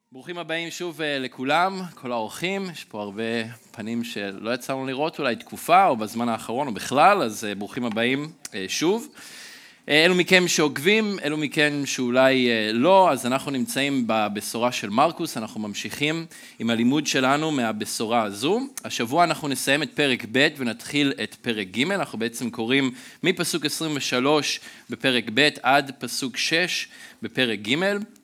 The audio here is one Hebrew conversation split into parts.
ברוכים הבאים שוב לכולם, כל האורחים. יש פה הרבה פנים שלא יצאנו לראות אולי תקופה או בזמן האחרון או בכלל, אז ברוכים הבאים שוב. אלו מכם שעוקבים, אלו מכם שאולי לא, אז אנחנו נמצאים בבשורה של מרקוס, אנחנו ממשיכים עם הלימוד שלנו מהבשורה הזו. השבוע אנחנו נסיים את פרק ב' ונתחיל את פרק ג', אנחנו בעצם קוראים מפסוק 23 בפרק ב' עד פסוק 6 בפרק ג'.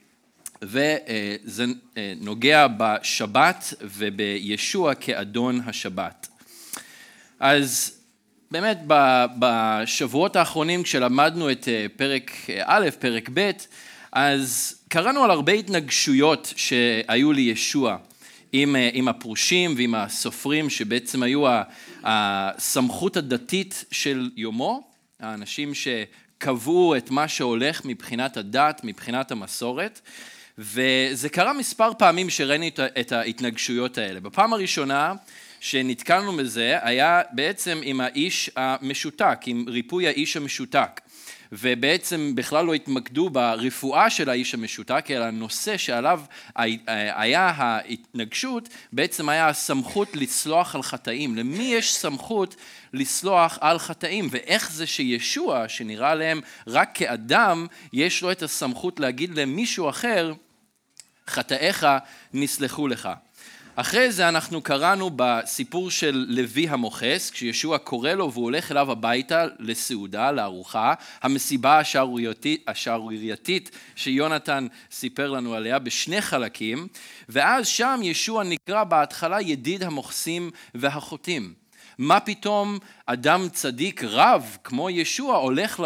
וזה נוגע בשבת ובישוע כאדון השבת. אז באמת בשבועות האחרונים כשלמדנו את פרק א', פרק ב', אז קראנו על הרבה התנגשויות שהיו לישוע עם הפרושים ועם הסופרים שבעצם היו הסמכות הדתית של יומו, האנשים שקבעו את מה שהולך מבחינת הדת, מבחינת המסורת, וזה קרה מספר פעמים שראינו את ההתנגשויות האלה. בפעם הראשונה שנתקלנו בזה היה בעצם עם האיש המשותק, עם ריפוי האיש המשותק. ובעצם בכלל לא התמקדו ברפואה של האיש המשותק, אלא הנושא שעליו היה ההתנגשות, בעצם היה הסמכות לסלוח על חטאים. למי יש סמכות לסלוח על חטאים? ואיך זה שישוע, שנראה להם רק כאדם, יש לו את הסמכות להגיד למישהו אחר, חטאיך נסלחו לך. אחרי זה אנחנו קראנו בסיפור של לוי המוכס, כשישוע קורא לו והוא הולך אליו הביתה לסעודה, לארוחה, המסיבה השערורייתית שיונתן סיפר לנו עליה בשני חלקים, ואז שם ישוע נקרא בהתחלה ידיד המוכסים והחוטאים. מה פתאום אדם צדיק רב כמו ישוע הולך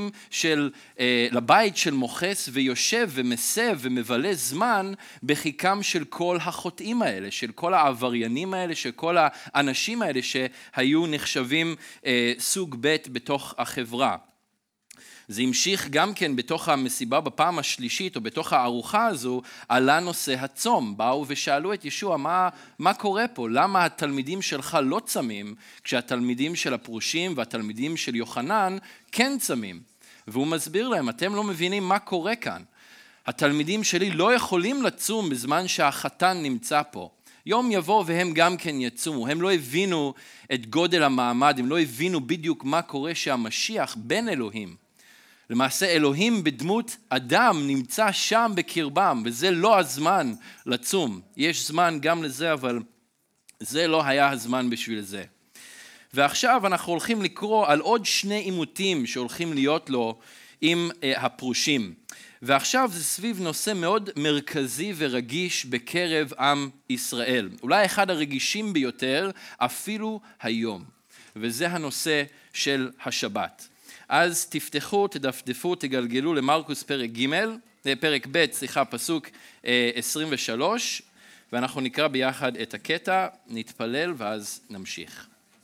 לבית של מוכס ויושב ומסב ומבלה זמן בחיקם של כל החוטאים האלה, של כל העבריינים האלה, של כל האנשים האלה שהיו נחשבים סוג ב' בתוך החברה. זה המשיך גם כן בתוך המסיבה בפעם השלישית או בתוך הארוחה הזו עלה נושא הצום. באו ושאלו את ישוע מה קורה פה? למה התלמידים שלך לא צמים כשהתלמידים של הפרושים והתלמידים של יוחנן כן צמים? והוא מסביר להם, אתם לא מבינים מה קורה כאן. התלמידים שלי לא יכולים לצום בזמן שהחתן נמצא פה. יום יבוא והם גם כן יצומו. הם לא הבינו את גודל המעמד, הם לא הבינו בדיוק מה קורה שהמשיח בן אלוהים. למעשה אלוהים בדמות אדם נמצא שם בקרבם, וזה לא הזמן לצום. יש זמן גם לזה, אבל זה לא היה הזמן בשביל זה. ועכשיו אנחנו הולכים לקרוא על עוד שני עימותים שהולכים להיות לו עם הפרושים. ועכשיו זה סביב נושא מאוד מרכזי ורגיש בקרב עם ישראל. אולי אחד הרגישים ביותר אפילו היום. וזה הנושא של השבת. אז תפתחו, תדפדפו, תגלגלו למרקוס פרק ב', פסוק 23, ואנחנו נקרא ביחד את הקטע, נתפלל ואז נמשיך.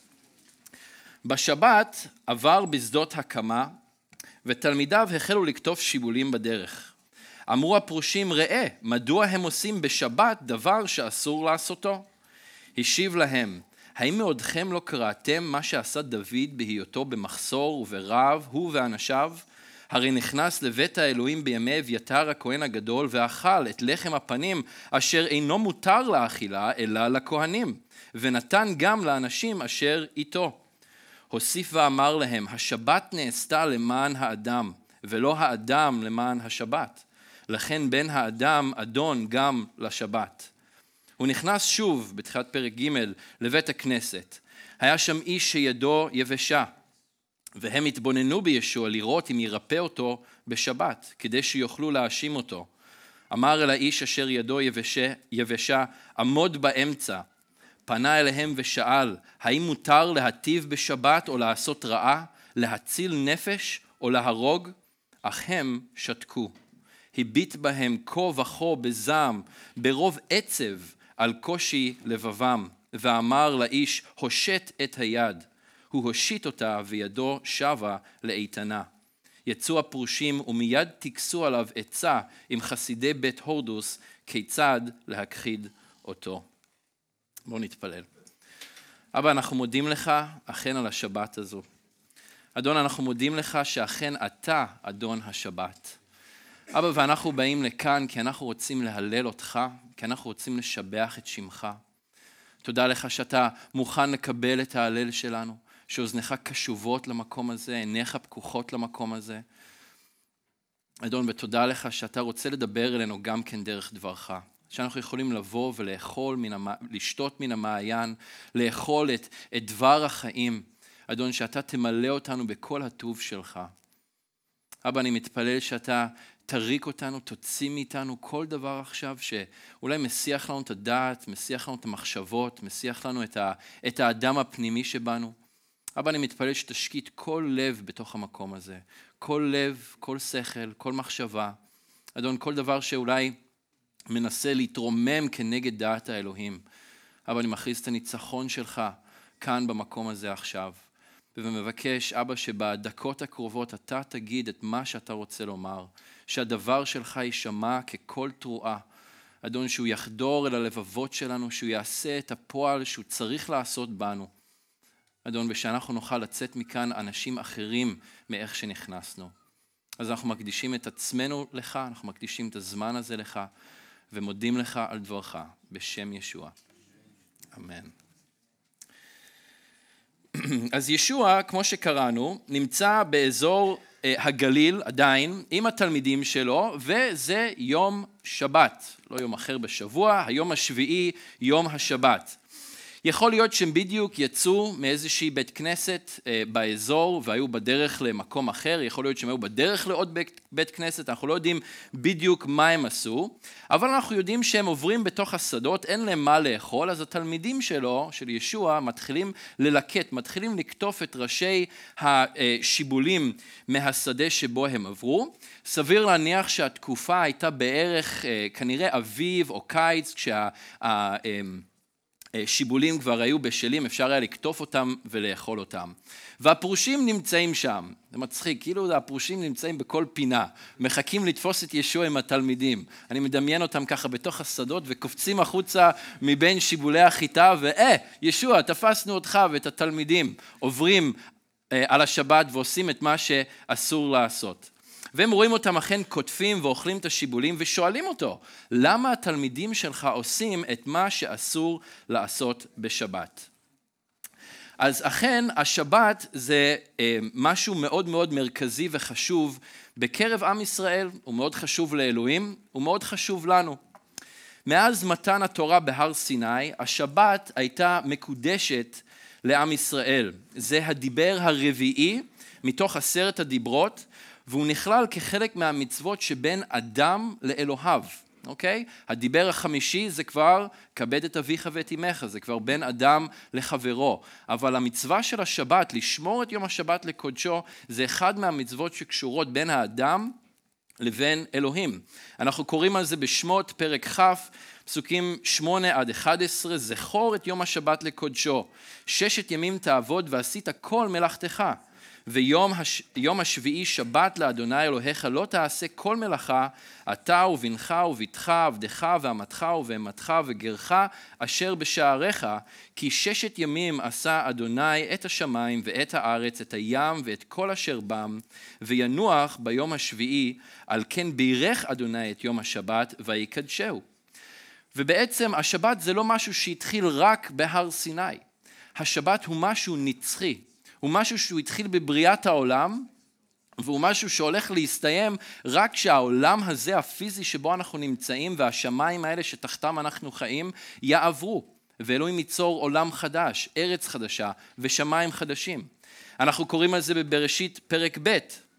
בשבת עבר בשדות הקמה, ותלמידיו החלו לקטוף שיבולים בדרך. אמרו הפרושים, ראה, מדוע הם עושים בשבת דבר שאסור לעשותו? השיב להם, האם מעודכם לא קראתם מה שעשה דוד בהיותו במחסור וברעב, הוא ואנשיו? הרי נכנס לבית האלוהים בימי אביתר הכהן הגדול ואכל את לחם הפנים אשר אינו מותר לאכילה אלא לכהנים, ונתן גם לאנשים אשר איתו. הוסיף ואמר להם, השבת נעשתה למען האדם, ולא האדם למען השבת. לכן בן האדם אדון גם לשבת. הוא נכנס שוב בתחילת פרק ג' לבית הכנסת. היה שם איש שידו יבשה, והם התבוננו בישוע לראות אם ירפא אותו בשבת, כדי שיוכלו להאשים אותו. אמר אל האיש אשר ידו יבשה, עמוד באמצע. פנה אליהם ושאל, האם מותר להטיב בשבת או לעשות רעה, להציל נפש או להרוג? אך הם שתקו. הביט בהם כה וכה בזעם, ברוב עצב, על קושי לבבם, ואמר לאיש, הושט את היד. הוא הושיט אותה וידו שבה לאיתנה. יצאו הפרושים ומיד תקסו עליו עצה עם חסידי בית הורדוס, כיצד להכחיד אותו. בואו נתפלל. אבא, אנחנו מודים לך אכן על השבת הזו. אדון, אנחנו מודים לך שאכן אתה אדון השבת. אבא, ואנחנו באים לכאן כי אנחנו רוצים להלל אותך, כי אנחנו רוצים לשבח את שמך. תודה לך שאתה מוכן לקבל את ההלל שלנו, שאוזניך קשובות למקום הזה, עיניך פקוחות למקום הזה. אדון, ותודה לך שאתה רוצה לדבר אלינו גם כן דרך דברך, שאנחנו יכולים לבוא ולאכול, לשתות מן המעיין, לאכול את דבר החיים. אדון, שאתה תמלא אותנו בכל הטוב שלך. אבא, אני מתפלל שאתה תריק אותנו, תוציא מאיתנו כל דבר עכשיו שאולי מסיח לנו את הדעת, מסיח לנו את המחשבות, מסיח לנו את האדם הפנימי שבנו. אבא, אני מתפלל שתשקיט כל לב בתוך המקום הזה. כל לב, כל שכל, כל מחשבה. אדון, כל דבר שאולי מנסה להתרומם כנגד דעת האלוהים. אבא, אני מכריז את הניצחון שלך כאן במקום הזה עכשיו. ומבקש, אבא, שבדקות הקרובות אתה תגיד את מה שאתה רוצה לומר. שהדבר שלך יישמע ככל תרועה. אדון, שהוא יחדור אל הלבבות שלנו, שהוא יעשה את הפועל שהוא צריך לעשות בנו. אדון, ושאנחנו נוכל לצאת מכאן אנשים אחרים מאיך שנכנסנו. אז אנחנו מקדישים את עצמנו לך, אנחנו מקדישים את הזמן הזה לך, ומודים לך על דברך, בשם ישוע. אמן. אז ישוע, כמו שקראנו, נמצא באזור הגליל עדיין עם התלמידים שלו, וזה יום שבת, לא יום אחר בשבוע, היום השביעי, יום השבת. יכול להיות שהם בדיוק יצאו מאיזושהי בית כנסת באזור והיו בדרך למקום אחר, יכול להיות שהם היו בדרך לעוד בית כנסת, אנחנו לא יודעים בדיוק מה הם עשו, אבל אנחנו יודעים שהם עוברים בתוך השדות, אין להם מה לאכול, אז התלמידים שלו, של ישוע, מתחילים ללקט, מתחילים לקטוף את ראשי השיבולים מהשדה שבו הם עברו. סביר להניח שהתקופה הייתה בערך כנראה אביב או קיץ, שיבולים כבר היו בשלים, אפשר היה לקטוף אותם ולאכול אותם. והפרושים נמצאים שם, זה מצחיק, כאילו הפרושים נמצאים בכל פינה, מחכים לתפוס את ישוע עם התלמידים. אני מדמיין אותם ככה בתוך השדות וקופצים החוצה מבין שיבולי החיטה, ישוע, תפסנו אותך ואת התלמידים, עוברים על השבת ועושים את מה שאסור לעשות. והם רואים אותם אכן כותפים ואוכלים את השיבולים ושואלים אותו, למה התלמידים שלך עושים את מה שאסור לעשות בשבת? אז אכן השבת זה משהו מאוד מאוד מרכזי וחשוב בקרב עם ישראל, הוא מאוד חשוב לאלוהים, הוא מאוד חשוב לנו. מאז מתן התורה בהר סיני, השבת הייתה מקודשת לעם ישראל. זה הדיבר הרביעי מתוך 10 הדיברות, והוא נכלל כחלק מהמצוות שבין אדם לאלוהיו, אוקיי? הדיבר החמישי זה כבר כבד את אביך ואת אמך, זה כבר בין אדם לחברו, אבל המצווה של השבת, לשמור את יום השבת לקודשו, זה אחד מהמצוות שקשורות בין האדם לבין אלוהים. אנחנו קוראים על זה בשמות פרק כ', פסוקים 8 עד 11, זכור את יום השבת לקודשו, 6 ימים תעבוד ועשית כל מלאכתך. ויום השביעי שבת לאדוני אלוהיך לא תעשה כל מלאכה, אתה ובנך ובתך, עבדך ואמתך ובהמתך וגרך אשר בשעריך, כי 6 ימים עשה אדוני את השמיים ואת הארץ, את הים ואת כל אשר בם, וינוח ביום השביעי, על כן בירך אדוני את יום השבת ויקדשהו. ובעצם השבת זה לא משהו שהתחיל רק בהר סיני, השבת הוא משהו נצחי. הוא משהו שהוא התחיל בבריאת העולם, והוא משהו שהולך להסתיים רק כשהעולם הזה הפיזי שבו אנחנו נמצאים, והשמיים האלה שתחתם אנחנו חיים, יעברו. ואלוהים ייצור עולם חדש, ארץ חדשה ושמיים חדשים. אנחנו קוראים על זה בבראשית פרק ב',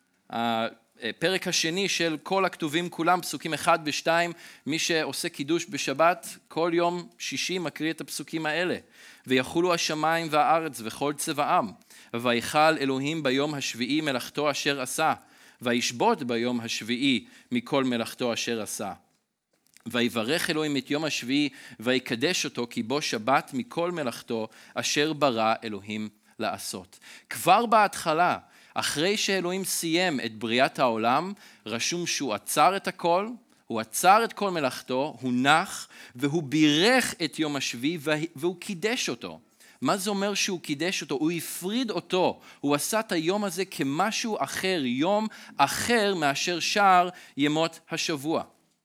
הפרק השני של כל הכתובים כולם, פסוקים 1 ו2, מי שעושה קידוש בשבת, כל יום שישי מקריא את הפסוקים האלה. ויחולו השמיים והארץ וכל צבעם. ויכל אלוהים ביום השביעי מלאכתו אשר עשה, וישבות ביום השביעי מכל מלאכתו אשר עשה. ויברך אלוהים את יום השביעי ויקדש אותו, כי בו שבת מכל מלאכתו אשר ברא אלוהים לעשות. כבר בהתחלה, אחרי שאלוהים סיים את בריאת העולם, רשום שהוא עצר את הכל, הוא עצר את כל מלאכתו, הוא נח, והוא בירך את יום השביעי והוא קידש אותו. מה זה אומר שהוא קידש אותו? הוא הפריד אותו, הוא עשה את היום הזה כמשהו אחר, יום אחר מאשר שאר ימות השבוע.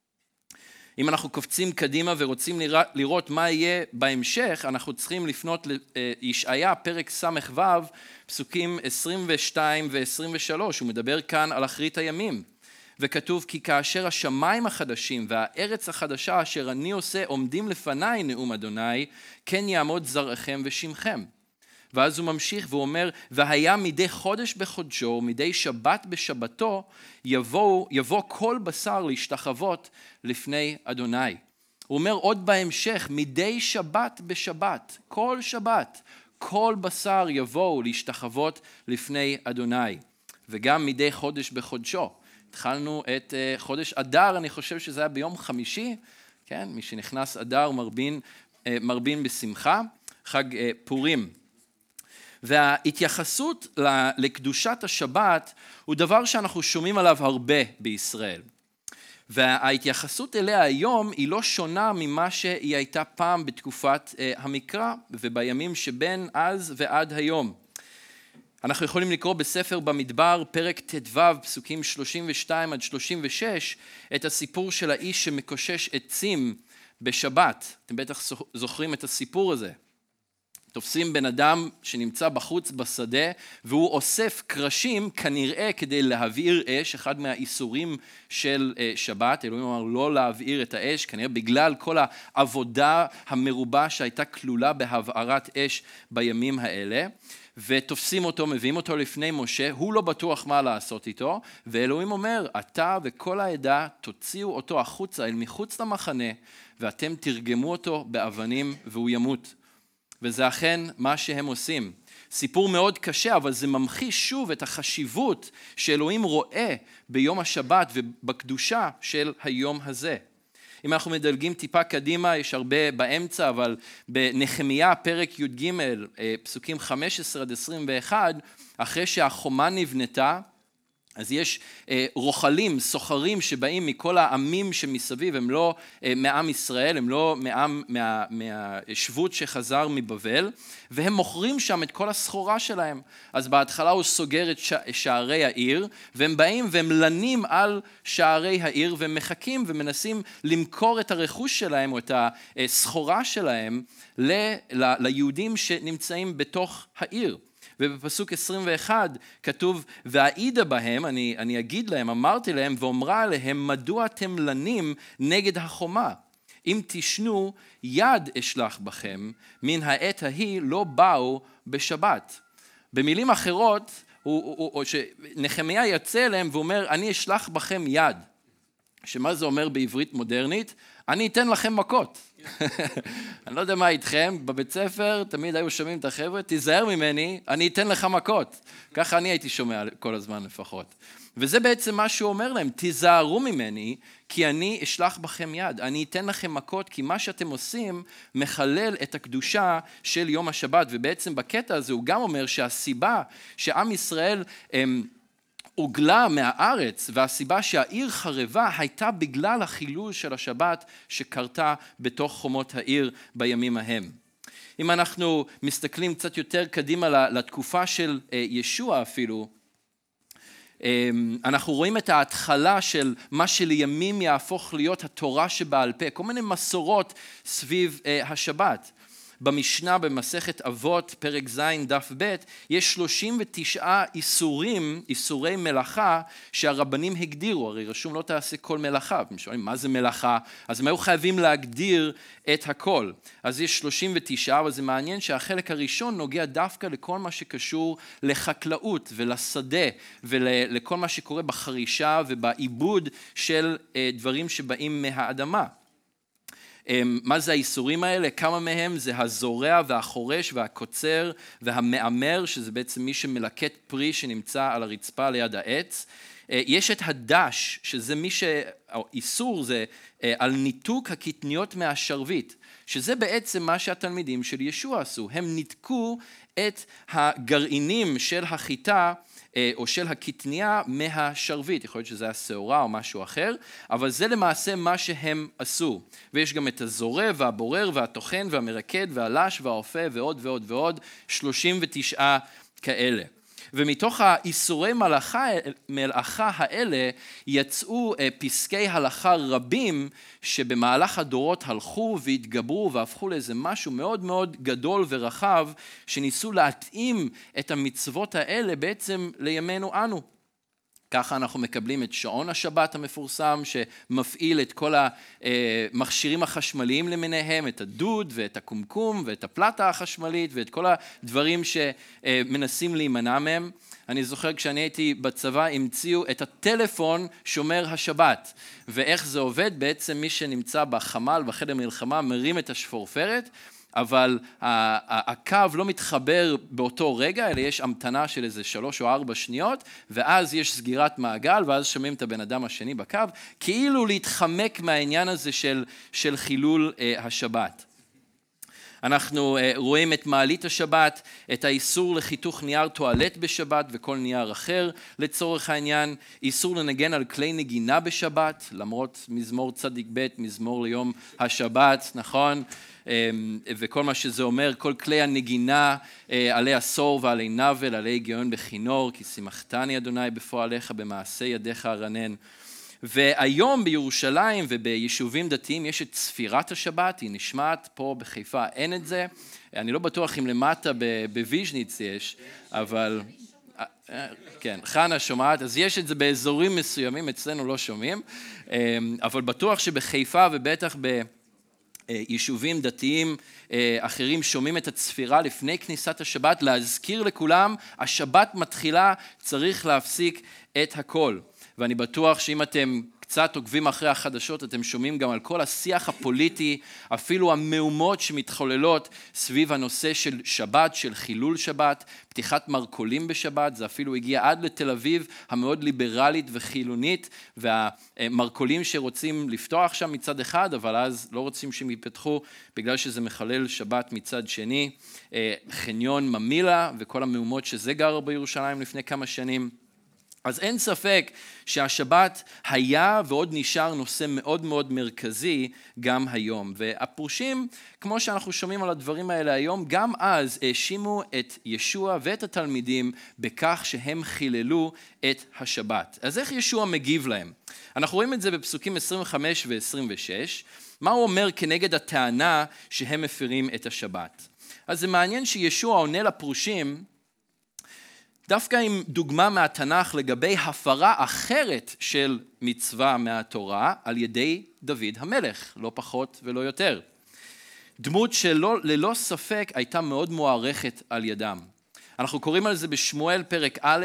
אם אנחנו קופצים קדימה ורוצים לראות מה יהיה בהמשך, אנחנו צריכים לפנות לישעיה, פרק ס"ו, פסוקים 22 ו-23, הוא מדבר כאן על אחרית הימים. וכתוב, כי כאשר השמיים החדשים והארץ החדשה אשר אני עושה עומדים לפניי, נאום אדוני, כן יעמוד זרעכם ושמכם. ואז הוא ממשיך ואומר, והיה מדי חודש בחודשו, מדי שבת בשבתו, יבוא כל בשר להשתחוות לפני אדוני. הוא אומר עוד בהמשך, מדי שבת בשבת, כל שבת, כל בשר יבואו להשתחוות לפני אדוני. וגם מדי חודש בחודשו. התחלנו את חודש אדר, אני חושב שזה היה ביום חמישי, כן? מי שנכנס אדר מרבין בשמחה, חג פורים. וההתייחסות לקדושת השבת הוא דבר שאנחנו שומעים עליו הרבה בישראל. וההתייחסות אליה היום היא לא שונה ממה שהיא הייתה פעם בתקופת המקרא ובימים שבין אז ועד היום. אנחנו יכולים לקרוא בספר במדבר, פרק ט"ו, פסוקים 32 עד 36, את הסיפור של האיש שמקושש עצים בשבת. אתם בטח זוכרים את הסיפור הזה. תופסים בן אדם שנמצא בחוץ בשדה, והוא אוסף קרשים כנראה כדי להבעיר אש, אחד מהאיסורים של שבת. אלוהים אמר לא להבעיר את האש, כנראה בגלל כל העבודה המרובה שהייתה כלולה בהבערת אש בימים האלה. ותופסים אותו, מביאים אותו לפני משה, הוא לא בטוח מה לעשות איתו, ואלוהים אומר, אתה וכל העדה תוציאו אותו החוצה אל מחוץ למחנה, ואתם תרגמו אותו באבנים והוא ימות. וזה אכן מה שהם עושים. סיפור מאוד קשה, אבל זה ממחיש שוב את החשיבות שאלוהים רואה ביום השבת ובקדושה של היום הזה. אם אנחנו מדלגים טיפה קדימה, יש הרבה באמצע, אבל בנחמיה פרק י"ג, פסוקים 15 עד 21, אחרי שהחומה נבנתה, אז יש רוחלים, סוחרים שבאים מכל העמים שמסביב, הם לא מעם ישראל, הם לא מהשבות שחזר מבבל, והם מוכרים שם את כל הסחורה שלהם. אז בהתחלה הוא סוגר את שערי העיר, והם באים והם לנים על שערי העיר, והם מחכים ומנסים למכור את הרכוש שלהם, או את הסחורה שלהם, ליהודים שנמצאים בתוך העיר. ובפסוק 21 כתוב, והעידה בהם, אני אגיד להם, אמרתי להם, ואומרה עליהם, מדוע אתם לנים נגד החומה? אם תשנו, יד אשלח בכם, מן העת ההיא לא באו בשבת. במילים אחרות, נחמיה יצא אליהם ואומר, אני אשלח בכם יד. שמה זה אומר בעברית מודרנית? אני אתן לכם מכות. אני לא יודע מה איתכם, בבית ספר תמיד היו שומעים את החבר'ה, תיזהר ממני, אני אתן לך מכות. ככה אני הייתי שומע כל הזמן לפחות. וזה בעצם מה שהוא אומר להם, תיזהרו ממני, כי אני אשלח בכם יד. אני אתן לכם מכות, כי מה שאתם עושים מחלל את הקדושה של יום השבת. ובעצם בקטע הזה הוא גם אומר שהסיבה שעם ישראל הוגלה מהארץ, והסיבה שהעיר חרבה הייתה בגלל החילול של השבת שקרתה בתוך חומות העיר בימים ההם. אם אנחנו מסתכלים קצת יותר קדימה לתקופה של ישוע אפילו, אנחנו רואים את ההתחלה של מה שלימים יהפוך להיות התורה שבעל פה, כל מיני מסורות סביב השבת. במשנה במסכת אבות, פרק ז' דף ב', יש 39 איסורי מלאכה שהרבנים הגדירו, הרי רשום לא תעשה כל מלאכה, הם שואלים מה זה מלאכה, אז הם היו חייבים להגדיר את הכל. אז יש 39, אבל זה מעניין שהחלק הראשון נוגע דווקא לכל מה שקשור לחקלאות ולשדה, ולכל מה שקורה בחרישה ובעיבוד של דברים שבאים מהאדמה. מה זה האיסורים האלה? כמה מהם זה הזורע והחורש והקוצר והמאמר, שזה בעצם מי שמלקט פרי שנמצא על הרצפה ליד העץ. יש את הדש, שזה איסור זה על ניתוק הקטניות מהשרביט, שזה בעצם מה שהתלמידים של ישוע עשו. הם ניתקו את הגרעינים של החיטה או של הקטניה מהשרביט, יכול להיות שזה השעורה או משהו אחר, אבל זה למעשה מה שהם עשו. ויש גם את הזורע והבורר והטוחן והמרקד והלש והאופה ועוד ועוד ועוד, 39 כאלה. ומתוך האיסורי מלאכה האלה יצאו פסקי הלכה רבים שבמהלך הדורות הלכו והתגברו והפכו לאיזה משהו מאוד מאוד גדול ורחב שניסו להתאים את המצוות האלה בעצם לימינו אנו. ככה אנחנו מקבלים את שעון השבת המפורסם שמפעיל את כל המכשירים החשמליים למיניהם, את הדוד ואת הקומקום ואת הפלטה החשמלית ואת כל הדברים שמנסים להימנע מהם. אני זוכר כשאני הייתי בצבא המציאו את הטלפון שומר השבת, ואיך זה עובד, בעצם מי שנמצא בחמ"ל, בחדר מלחמה, מרים את השפורפרת, אבל הקו לא מתחבר באותו רגע, אלא יש המתנה של איזה 3 או 4 שניות, ואז יש סגירת מעגל, ואז שומעים את הבן אדם השני בקו, כאילו להתחמק מהעניין הזה של חילול השבת. אנחנו רואים את מעלית השבת, את האיסור לחיתוך נייר טואלט בשבת וכל נייר אחר לצורך העניין, איסור לנגן על כלי נגינה בשבת, למרות מזמור צדיק ב', מזמור ליום השבת, נכון? וכל מה שזה אומר, כל כלי הנגינה עלי עשור ועלי נבל, עלי גאון בכינור, כי שימחתני אדוני בפועליך במעשה ידיך ארנן. והיום בירושלים וביישובים דתיים יש את ספירת השבת, היא נשמעת, פה בחיפה אין את זה, אני לא בטוח אם למטה בוויז'ניץ יש, אבל כן, חנה שומעת, אז יש את זה באזורים מסוימים, אצלנו לא שומעים, אבל בטוח שבחיפה ובטח יישובים דתיים אחרים שומעים את הצפירה לפני כניסת השבת, להזכיר לכולם, השבת מתחילה, צריך להפסיק את הכל. ואני בטוח שאם אתם קצת עוקבים אחרי החדשות, אתם שומעים גם על כל השיח הפוליטי, אפילו המהומות שמתחוללות סביב הנושא של שבת, של חילול שבת, פתיחת מרכולים בשבת, זה אפילו הגיע עד לתל אביב, המאוד ליברלית וחילונית, והמרכולים שרוצים לפתוח שם מצד אחד, אבל אז לא רוצים שהם ייפתחו, בגלל שזה מחלל שבת מצד שני, חניון ממילה, וכל המהומות שזה גר בירושלים לפני כמה שנים, אז אין ספק שהשבת היה ועוד נשאר נושא מאוד מאוד מרכזי גם היום. והפרושים, כמו שאנחנו שומעים על הדברים האלה היום, גם אז האשימו את ישוע ואת התלמידים בכך שהם חיללו את השבת. אז איך ישוע מגיב להם? אנחנו רואים את זה בפסוקים 25 ו-26. מה הוא אומר כנגד הטענה שהם מפירים את השבת? אז זה מעניין שישוע עונה לפרושים, דווקא עם דוגמה מהתנ"ך לגבי הפרה אחרת של מצווה מהתורה על ידי דוד המלך, לא פחות ולא יותר. דמות שללא ספק הייתה מאוד מוערכת על ידם. אנחנו קוראים על זה בשמואל פרק א',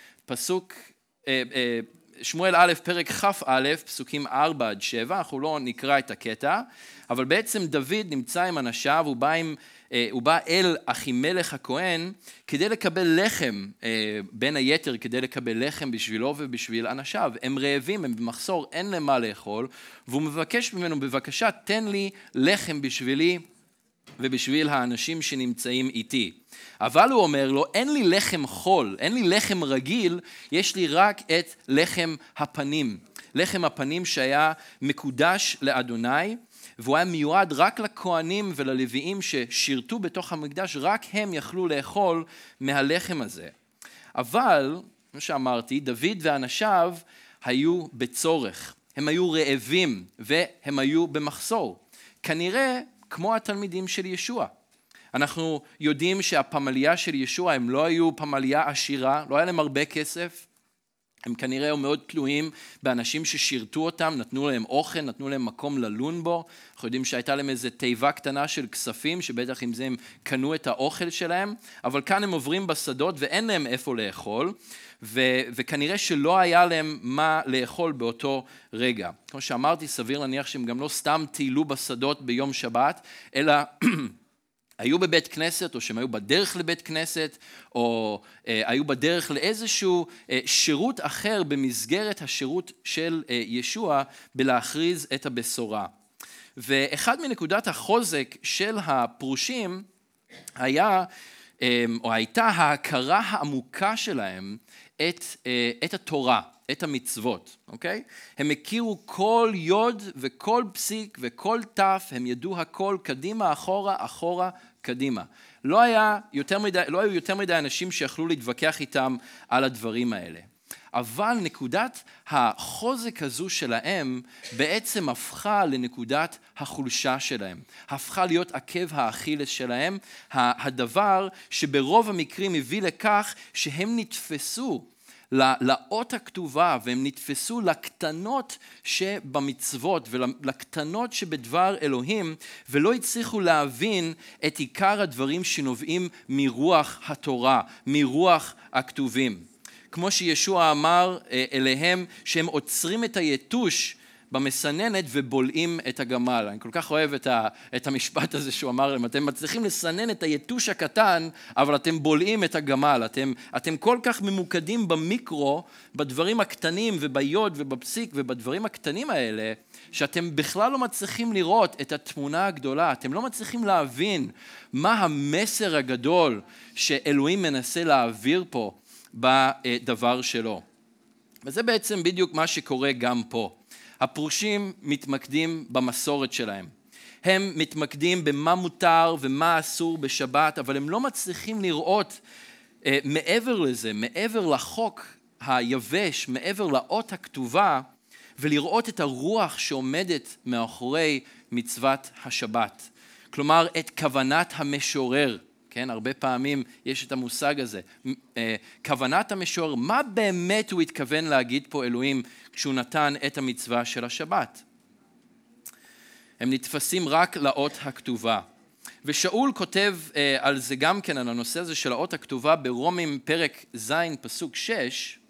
שמואל א' פרק כ"א, פסוקים 4-7, אנחנו לא נקרא את הקטע, אבל בעצם דוד נמצא עם אנשיו, הוא בא אל אחימלך הכהן כדי לקבל לחם, בין היתר כדי לקבל לחם בשבילו ובשביל אנשיו. הם רעבים, הם במחסור, אין להם מה לאכול, והוא מבקש ממנו, בבקשה, תן לי לחם בשבילי ובשביל האנשים שנמצאים איתי. אבל הוא אומר לו, אין לי לחם חול, אין לי לחם רגיל, יש לי רק את לחם הפנים. לחם הפנים שהיה מקודש לאדוני, והוא היה מיועד רק לכהנים וללוויים ששירתו בתוך המקדש, רק הם יכלו לאכול מהלחם הזה. אבל, כמו שאמרתי, דוד ואנשיו היו בצורך, הם היו רעבים והם היו במחסור. כנראה כמו התלמידים של ישוע. אנחנו יודעים שהפמליה של ישוע הם לא היו פמליה עשירה, לא היה להם הרבה כסף, הם כנראה היו מאוד תלויים באנשים ששירתו אותם, נתנו להם אוכל, נתנו להם מקום ללון בו, אנחנו יודעים שהייתה להם איזו תיבה קטנה של כספים, שבטח עם זה הם קנו את האוכל שלהם, אבל כאן הם עוברים בשדות ואין להם איפה לאכול, וכנראה שלא היה להם מה לאכול באותו רגע. כמו שאמרתי, סביר להניח שהם גם לא סתם טיילו בשדות ביום שבת, אלא היו בבית כנסת, או שהם היו בדרך לבית כנסת, או היו בדרך לאיזשהו שירות אחר במסגרת השירות של ישוע בלהכריז את הבשורה. ואחד מנקודת החוזק של הפרושים הייתה ההכרה העמוקה שלהם את התורה, את המצוות, אוקיי? הם הכירו כל יוד וכל פסיק וכל תף, הם ידעו הכל קדימה, אחורה, אחורה, קדימה. לא היו יותר מדי אנשים שיכלו להתווכח איתם על הדברים האלה. אבל נקודת החוזק הזו שלהם בעצם הפכה לנקודת החולשה שלהם. הפכה להיות עקב האכילס שלהם, הדבר שברוב המקרים הביא לכך שהם נתפסו לאות הכתובה, והם נתפסו לקטנות שבמצוות ולקטנות שבדבר אלוהים, ולא הצליחו להבין את עיקר הדברים שנובעים מרוח התורה, מרוח הכתובים. כמו שישוע אמר אליהם שהם עוצרים את היתוש במסננת ובולעים את הגמל. אני כל כך אוהב את המשפט הזה שהוא אמר להם, אתם מצליחים לסנן את היתוש הקטן, אבל אתם בולעים את הגמל. אתם כל כך ממוקדים במיקרו, בדברים הקטנים וביוד ובפסיק ובדברים הקטנים האלה, שאתם בכלל לא מצליחים לראות את התמונה הגדולה, אתם לא מצליחים להבין מה המסר הגדול שאלוהים מנסה להעביר פה בדבר שלו. וזה בעצם בדיוק מה שקורה גם פה. הפרושים מתמקדים במסורת שלהם. הם מתמקדים במה מותר ומה אסור בשבת, אבל הם לא מצליחים לראות מעבר לזה, מעבר לחוק היבש, מעבר לאות הכתובה, ולראות את הרוח שעומדת מאחורי מצוות השבת. כלומר, את כוונת המשורר. כן, הרבה פעמים יש את המושג הזה. כוונת המשורר, מה באמת הוא התכוון להגיד פה אלוהים כשהוא נתן את המצווה של השבת? הם נתפסים רק לאות הכתובה. ושאול כותב על זה גם כן, על הנושא הזה של האות הכתובה, ברומים פרק ז' פסוק 6,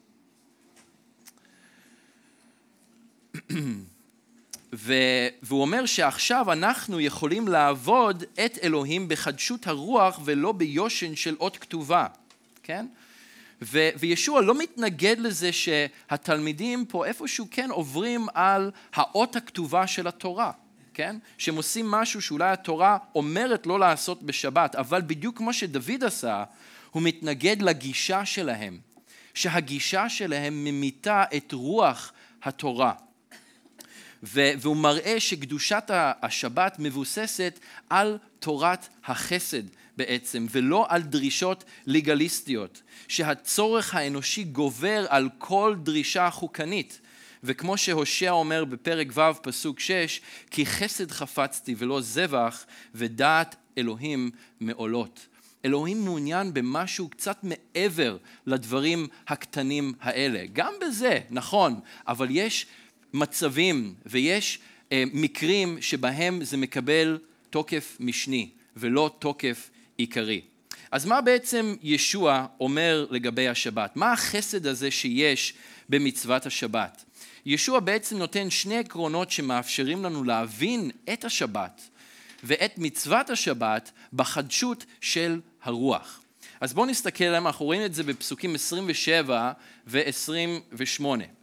והוא אומר שעכשיו אנחנו יכולים לעבוד את אלוהים בחדשות הרוח ולא ביושן של אות כתובה, כן? וישוע לא מתנגד לזה שהתלמידים פה איפשהו כן עוברים על האות הכתובה של התורה, כן? שהם עושים משהו שאולי התורה אומרת לא לעשות בשבת, אבל בדיוק כמו שדוד עשה, הוא מתנגד לגישה שלהם, שהגישה שלהם ממיתה את רוח התורה. והוא מראה שקדושת השבת מבוססת על תורת החסד בעצם, ולא על דרישות לגליסטיות, שהצורך האנושי גובר על כל דרישה חוקנית. וכמו שהושע אומר בפרק ו' פסוק 6, כי חסד חפצתי ולא זבח, ודעת אלוהים מעולות. אלוהים מעוניין במשהו קצת מעבר לדברים הקטנים האלה. גם בזה, נכון, אבל יש מצבים ויש מקרים שבהם זה מקבל תוקף משני ולא תוקף עיקרי. אז מה בעצם ישוע אומר לגבי השבת? מה החסד הזה שיש במצוות השבת? ישוע בעצם נותן שני עקרונות שמאפשרים לנו להבין את השבת ואת מצוות השבת בחדשות של הרוח. אז בואו נסתכל עליהם, אנחנו רואים את זה בפסוקים 27 ו-28.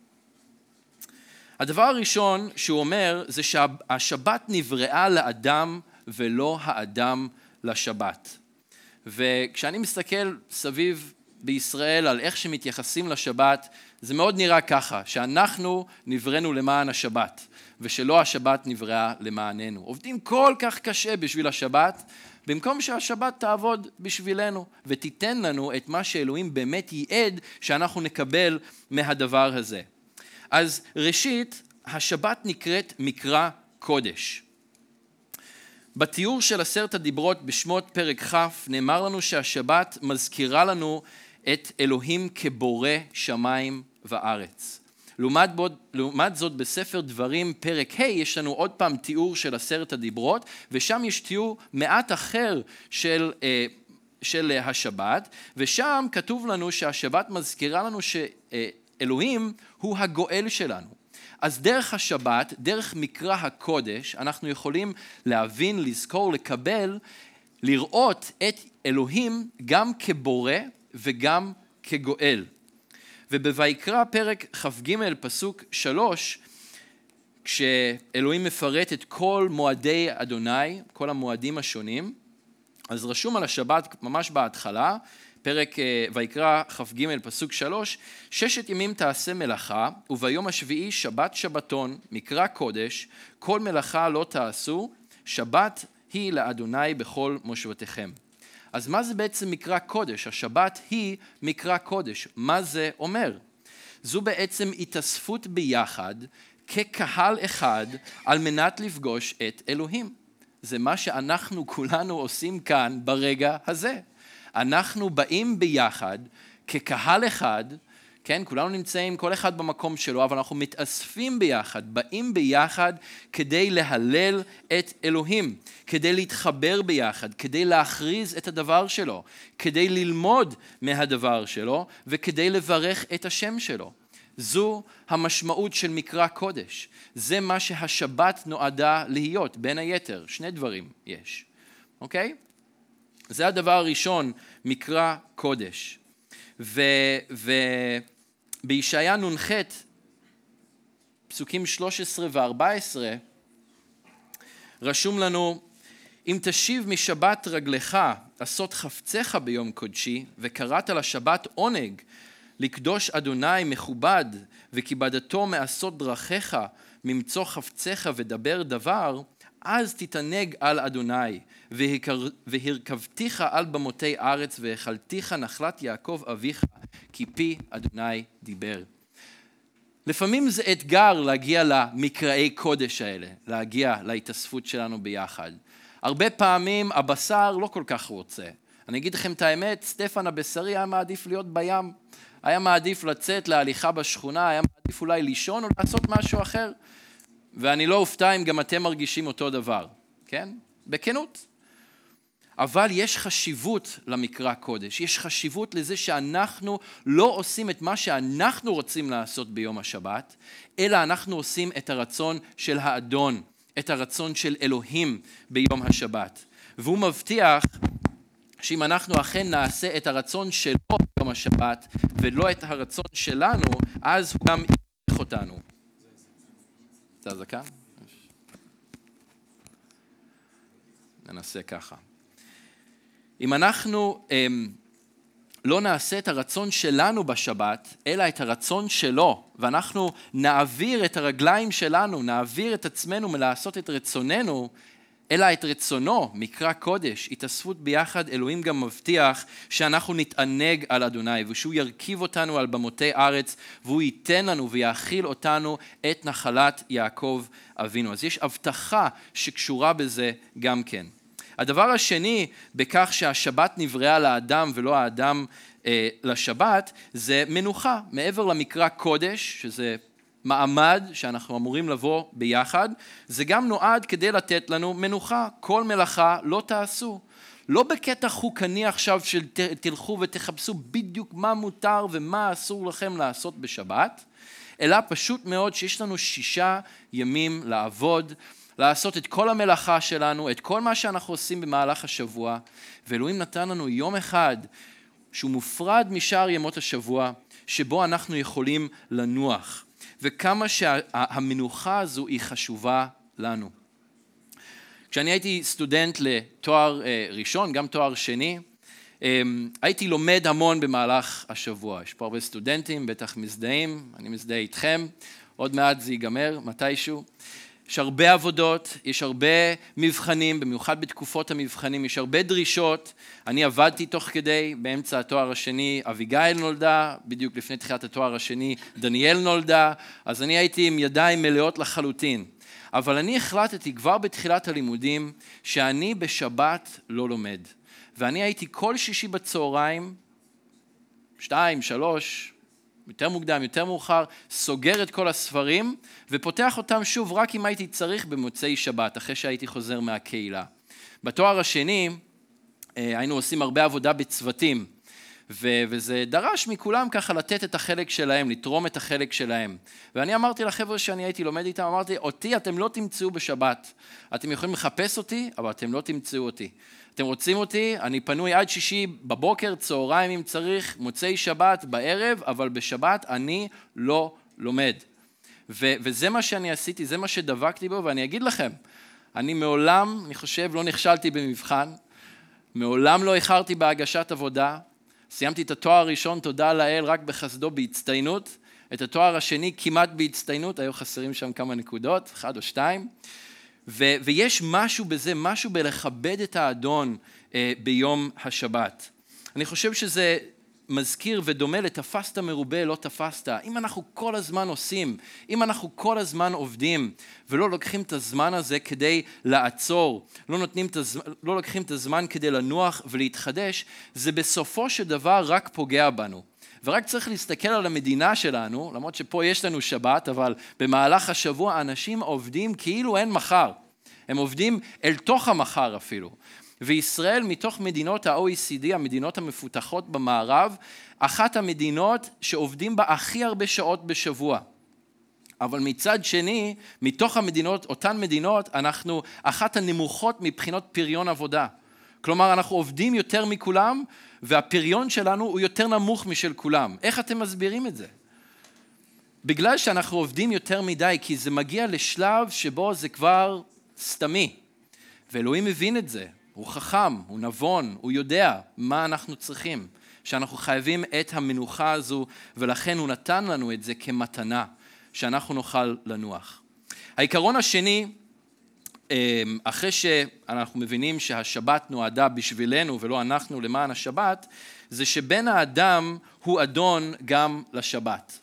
הדבר הראשון שהוא אומר זה שהשבת נבראה לאדם ולא האדם לשבת. וכשאני מסתכל סביב בישראל על איך שמתייחסים לשבת, זה מאוד נראה ככה, שאנחנו נבראנו למען השבת, ושלא השבת נבראה למעננו. עובדים כל כך קשה בשביל השבת, במקום שהשבת תעבוד בשבילנו, ותיתן לנו את מה שאלוהים באמת ייעד שאנחנו נקבל מהדבר הזה. אז ראשית, השבת נקראת מקרא קודש. בתיאור של 10 הדיברות בשמות פרק כ' נאמר לנו שהשבת מזכירה לנו את אלוהים כבורא שמיים וארץ. לעומת זאת בספר דברים פרק ה' יש לנו עוד פעם תיאור של 10 הדיברות, ושם יש תיאור מעט אחר של השבת, ושם כתוב לנו שהשבת מזכירה לנו שאלוהים הוא הגואל שלנו. אז דרך השבת, דרך מקרא הקודש, אנחנו יכולים להבין, לזכור, לקבל, לראות את אלוהים גם כבורא וגם כגואל. ובויקרא פרק כ"ג פסוק 3, כשאלוהים מפרט את כל מועדי אדוני, כל המועדים השונים, אז רשום על השבת ממש בהתחלה, פרק ויקרא כ"ג פסוק 3, 6 ימים תעשה מלאכה, וביום השביעי שבת שבתון, מקרא קודש, כל מלאכה לא תעשו, שבת היא לאדוני בכל מושבותיכם. אז מה זה בעצם מקרא קודש? השבת היא מקרא קודש. מה זה אומר? זו בעצם התאספות ביחד, כקהל אחד, על מנת לפגוש את אלוהים. זה מה שאנחנו כולנו עושים כאן ברגע הזה. אנחנו באים ביחד, כקהל אחד, כן, כולנו נמצאים כל אחד במקום שלו, אבל אנחנו מתאספים ביחד, באים ביחד כדי להלל את אלוהים, כדי להתחבר ביחד, כדי להכריז את הדבר שלו, כדי ללמוד מהדבר שלו, וכדי לברך את השם שלו. זו המשמעות של מקרא קודש. זה מה שהשבת נועדה להיות, בין היתר. שני דברים יש. אוקיי? זה הדבר הראשון, מקרא קודש. בישעיה נ"ח, פסוקים 13 ו-14, רשום לנו, אם תשיב משבת רגלך, עשות חפציך ביום קודשי, וקראת לשבת עונג, לקדוש אדוני מכובד, וכיבדתו מעשות דרכיך, ממצוא חפציך ודבר דבר, אז תתענג על אדוני, והרכבתיך על במותי ארץ, והאכלתיך נחלת יעקב אביך, כי פי אדוני דיבר. לפעמים זה אתגר להגיע למקראי קודש האלה, להגיע להתאספות שלנו ביחד. הרבה פעמים הבשר לא כל כך רוצה. אני אגיד לכם את האמת, סטפן הבשרי היה מעדיף להיות בים, היה מעדיף לצאת להליכה בשכונה, היה מעדיף אולי לישון או לעשות משהו אחר. ואני לא אופתע אם גם אתם מרגישים אותו דבר, כן? בכנות. אבל יש חשיבות למקרא קודש, יש חשיבות לזה שאנחנו לא עושים את מה שאנחנו רוצים לעשות ביום השבת, אלא אנחנו עושים את הרצון של האדון, את הרצון של אלוהים ביום השבת. והוא מבטיח שאם אנחנו אכן נעשה את הרצון שלו ביום השבת, ולא את הרצון שלנו, אז הוא גם יברך אותנו. זה הזקן? ננסה ככה. אם אנחנו לא נעשה את הרצון שלנו בשבת, אלא את הרצון שלו, ואנחנו נעביר את הרגליים שלנו, נעביר את עצמנו מלעשות את רצוננו, אלא את רצונו, מקרא קודש, התאספות ביחד, אלוהים גם מבטיח שאנחנו נתענג על אדוני, ושהוא ירכיב אותנו על במותי ארץ, והוא ייתן לנו ויאכיל אותנו את נחלת יעקב אבינו. אז יש הבטחה שקשורה בזה גם כן. הדבר השני, בכך שהשבת נבראה לאדם ולא האדם לשבת, זה מנוחה. מעבר למקרא קודש, שזה מעמד שאנחנו אמורים לבוא ביחד, זה גם נועד כדי לתת לנו מנוחה. כל מלאכה לא תעשו. לא בקטע חוקני עכשיו של תלכו ותחפשו בדיוק מה מותר ומה אסור לכם לעשות בשבת, אלא פשוט מאוד שיש לנו 6 ימים לעבוד, לעשות את כל המלאכה שלנו, את כל מה שאנחנו עושים במהלך השבוע, ואלוהים נתן לנו יום אחד שהוא מופרד משאר ימות השבוע, שבו אנחנו יכולים לנוח, וכמה שהמנוחה הזו היא חשובה לנו. כשאני הייתי סטודנט לתואר ראשון, גם תואר שני, הייתי לומד המון במהלך השבוע. יש פה הרבה סטודנטים, בטח מזדהים, אני מזדהה איתכם, עוד מעט זה ייגמר, מתישהו. יש הרבה עבודות, יש הרבה מבחנים, במיוחד בתקופות המבחנים, יש הרבה דרישות. אני עבדתי תוך כדי, באמצע התואר השני, אביגיל נולדה, בדיוק לפני תחילת התואר השני, דניאל נולדה, אז אני הייתי עם ידיים מלאות לחלוטין. אבל אני החלטתי כבר בתחילת הלימודים, שאני בשבת לא לומד. ואני הייתי כל שישי בצהריים, 2, 3, יותר מוקדם, יותר מאוחר, סוגר את כל הספרים, ופותח אותם שוב רק אם הייתי צריך במוצאי שבת, אחרי שהייתי חוזר מהקהילה. בתואר השני, היינו עושים הרבה עבודה בצוותים, וזה דרש מכולם ככה לתת את החלק שלהם, לתרום את החלק שלהם. ואני אמרתי לחבר'ה שאני הייתי לומד איתם, אמרתי, אותי אתם לא תמצאו בשבת. אתם יכולים לחפש אותי, אבל אתם לא תמצאו אותי. אתם רוצים אותי, אני פנוי עד שישי בבוקר, צהריים אם צריך, מוצאי שבת בערב, אבל בשבת אני לא לומד. וזה מה שאני עשיתי, זה מה שדבקתי בו, ואני אגיד לכם, אני מעולם, אני חושב, לא נכשלתי במבחן, מעולם לא איחרתי בהגשת עבודה, סיימתי את התואר הראשון, תודה לאל, רק בחסדו בהצטיינות. את התואר השני כמעט בהצטיינות, היו חסרים שם כמה נקודות, 1 או 2. ויש משהו בזה, משהו בלכבד את האדון ביום השבת. אני חושב שזה מזכיר ודומה לתפסת מרובה, לא תפסת. אם אנחנו כל הזמן עושים, אם אנחנו כל הזמן עובדים, ולא לוקחים את הזמן הזה כדי לעצור, לא לוקחים את הזמן כדי לנוח ולהתחדש, זה בסופו של דבר רק פוגע בנו. ורק צריך להסתכל על המדינה שלנו, למרות שפה יש לנו שבת, אבל במהלך השבוע אנשים עובדים כאילו אין מחר. הם עובדים אל תוך המחר אפילו. וישראל מתוך מדינות ה-OECD, המדינות המפותחות במערב, אחת המדינות שעובדים בה הכי הרבה שעות בשבוע. אבל מצד שני, מתוך המדינות, אותן מדינות, אנחנו אחת הנמוכות מבחינות פריון עבודה. כלומר, אנחנו עובדים יותר מכולם, והפריון שלנו הוא יותר נמוך משל כולם. איך אתם מסבירים את זה? בגלל שאנחנו עובדים יותר מדי, כי זה מגיע לשלב שבו זה כבר סתמי. ואלוהים מבין את זה. הוא חכם, הוא נבון, הוא יודע מה אנחנו צריכים. שאנחנו חייבים את המנוחה הזו, ולכן הוא נתן לנו את זה כמתנה, שאנחנו נוכל לנוח. העיקרון השני, אחרי שאנחנו מבינים שהשבת נועדה בשבילנו ולא אנחנו למען השבת, זה שבן האדם הוא אדון גם לשבת.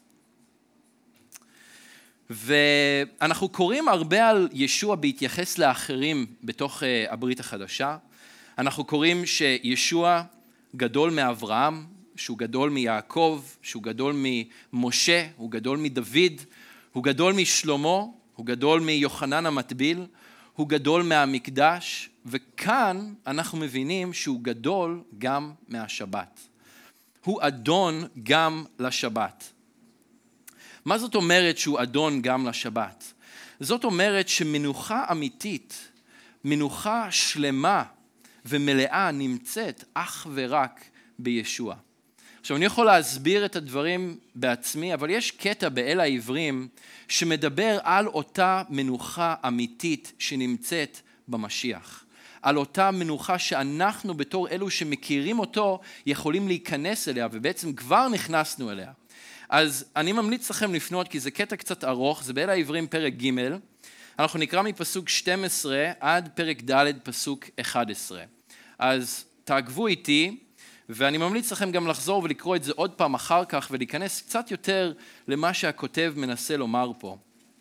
ואנחנו קוראים הרבה על ישוע בהתייחס לאחרים בתוך הברית החדשה. אנחנו קוראים שישוע גדול מאברהם, שהוא גדול מיעקב, שהוא גדול ממשה, הוא גדול מדוד, הוא גדול משלמה, הוא גדול מיוחנן המטביל, הוא גדול מהמקדש, וכאן אנחנו מבינים שהוא גדול גם מהשבת. הוא אדון גם לשבת. מה זאת אומרת שהוא אדון גם לשבת? זאת אומרת שמנוחה אמיתית, מנוחה שלמה ומלאה נמצאת אך ורק בישוע. עכשיו אני יכול להסביר את הדברים בעצמי, אבל יש קטע באל העברים שמדבר על אותה מנוחה אמיתית שנמצאת במשיח. על אותה מנוחה שאנחנו בתור אלו שמכירים אותו יכולים להיכנס אליה, ובעצם כבר נכנסנו אליה. אז אני ממליץ לכם לפנות, כי זה קטע קצת ארוך, זה באל העברים פרק ג', אנחנו נקרא מפסוק 12 עד פרק ד' פסוק 11. אז תעקבו איתי, ואני ממליץ לכם גם לחזור ולקרוא את זה עוד פעם אחר כך, ולהיכנס קצת יותר למה שהכותב מנסה לומר פה.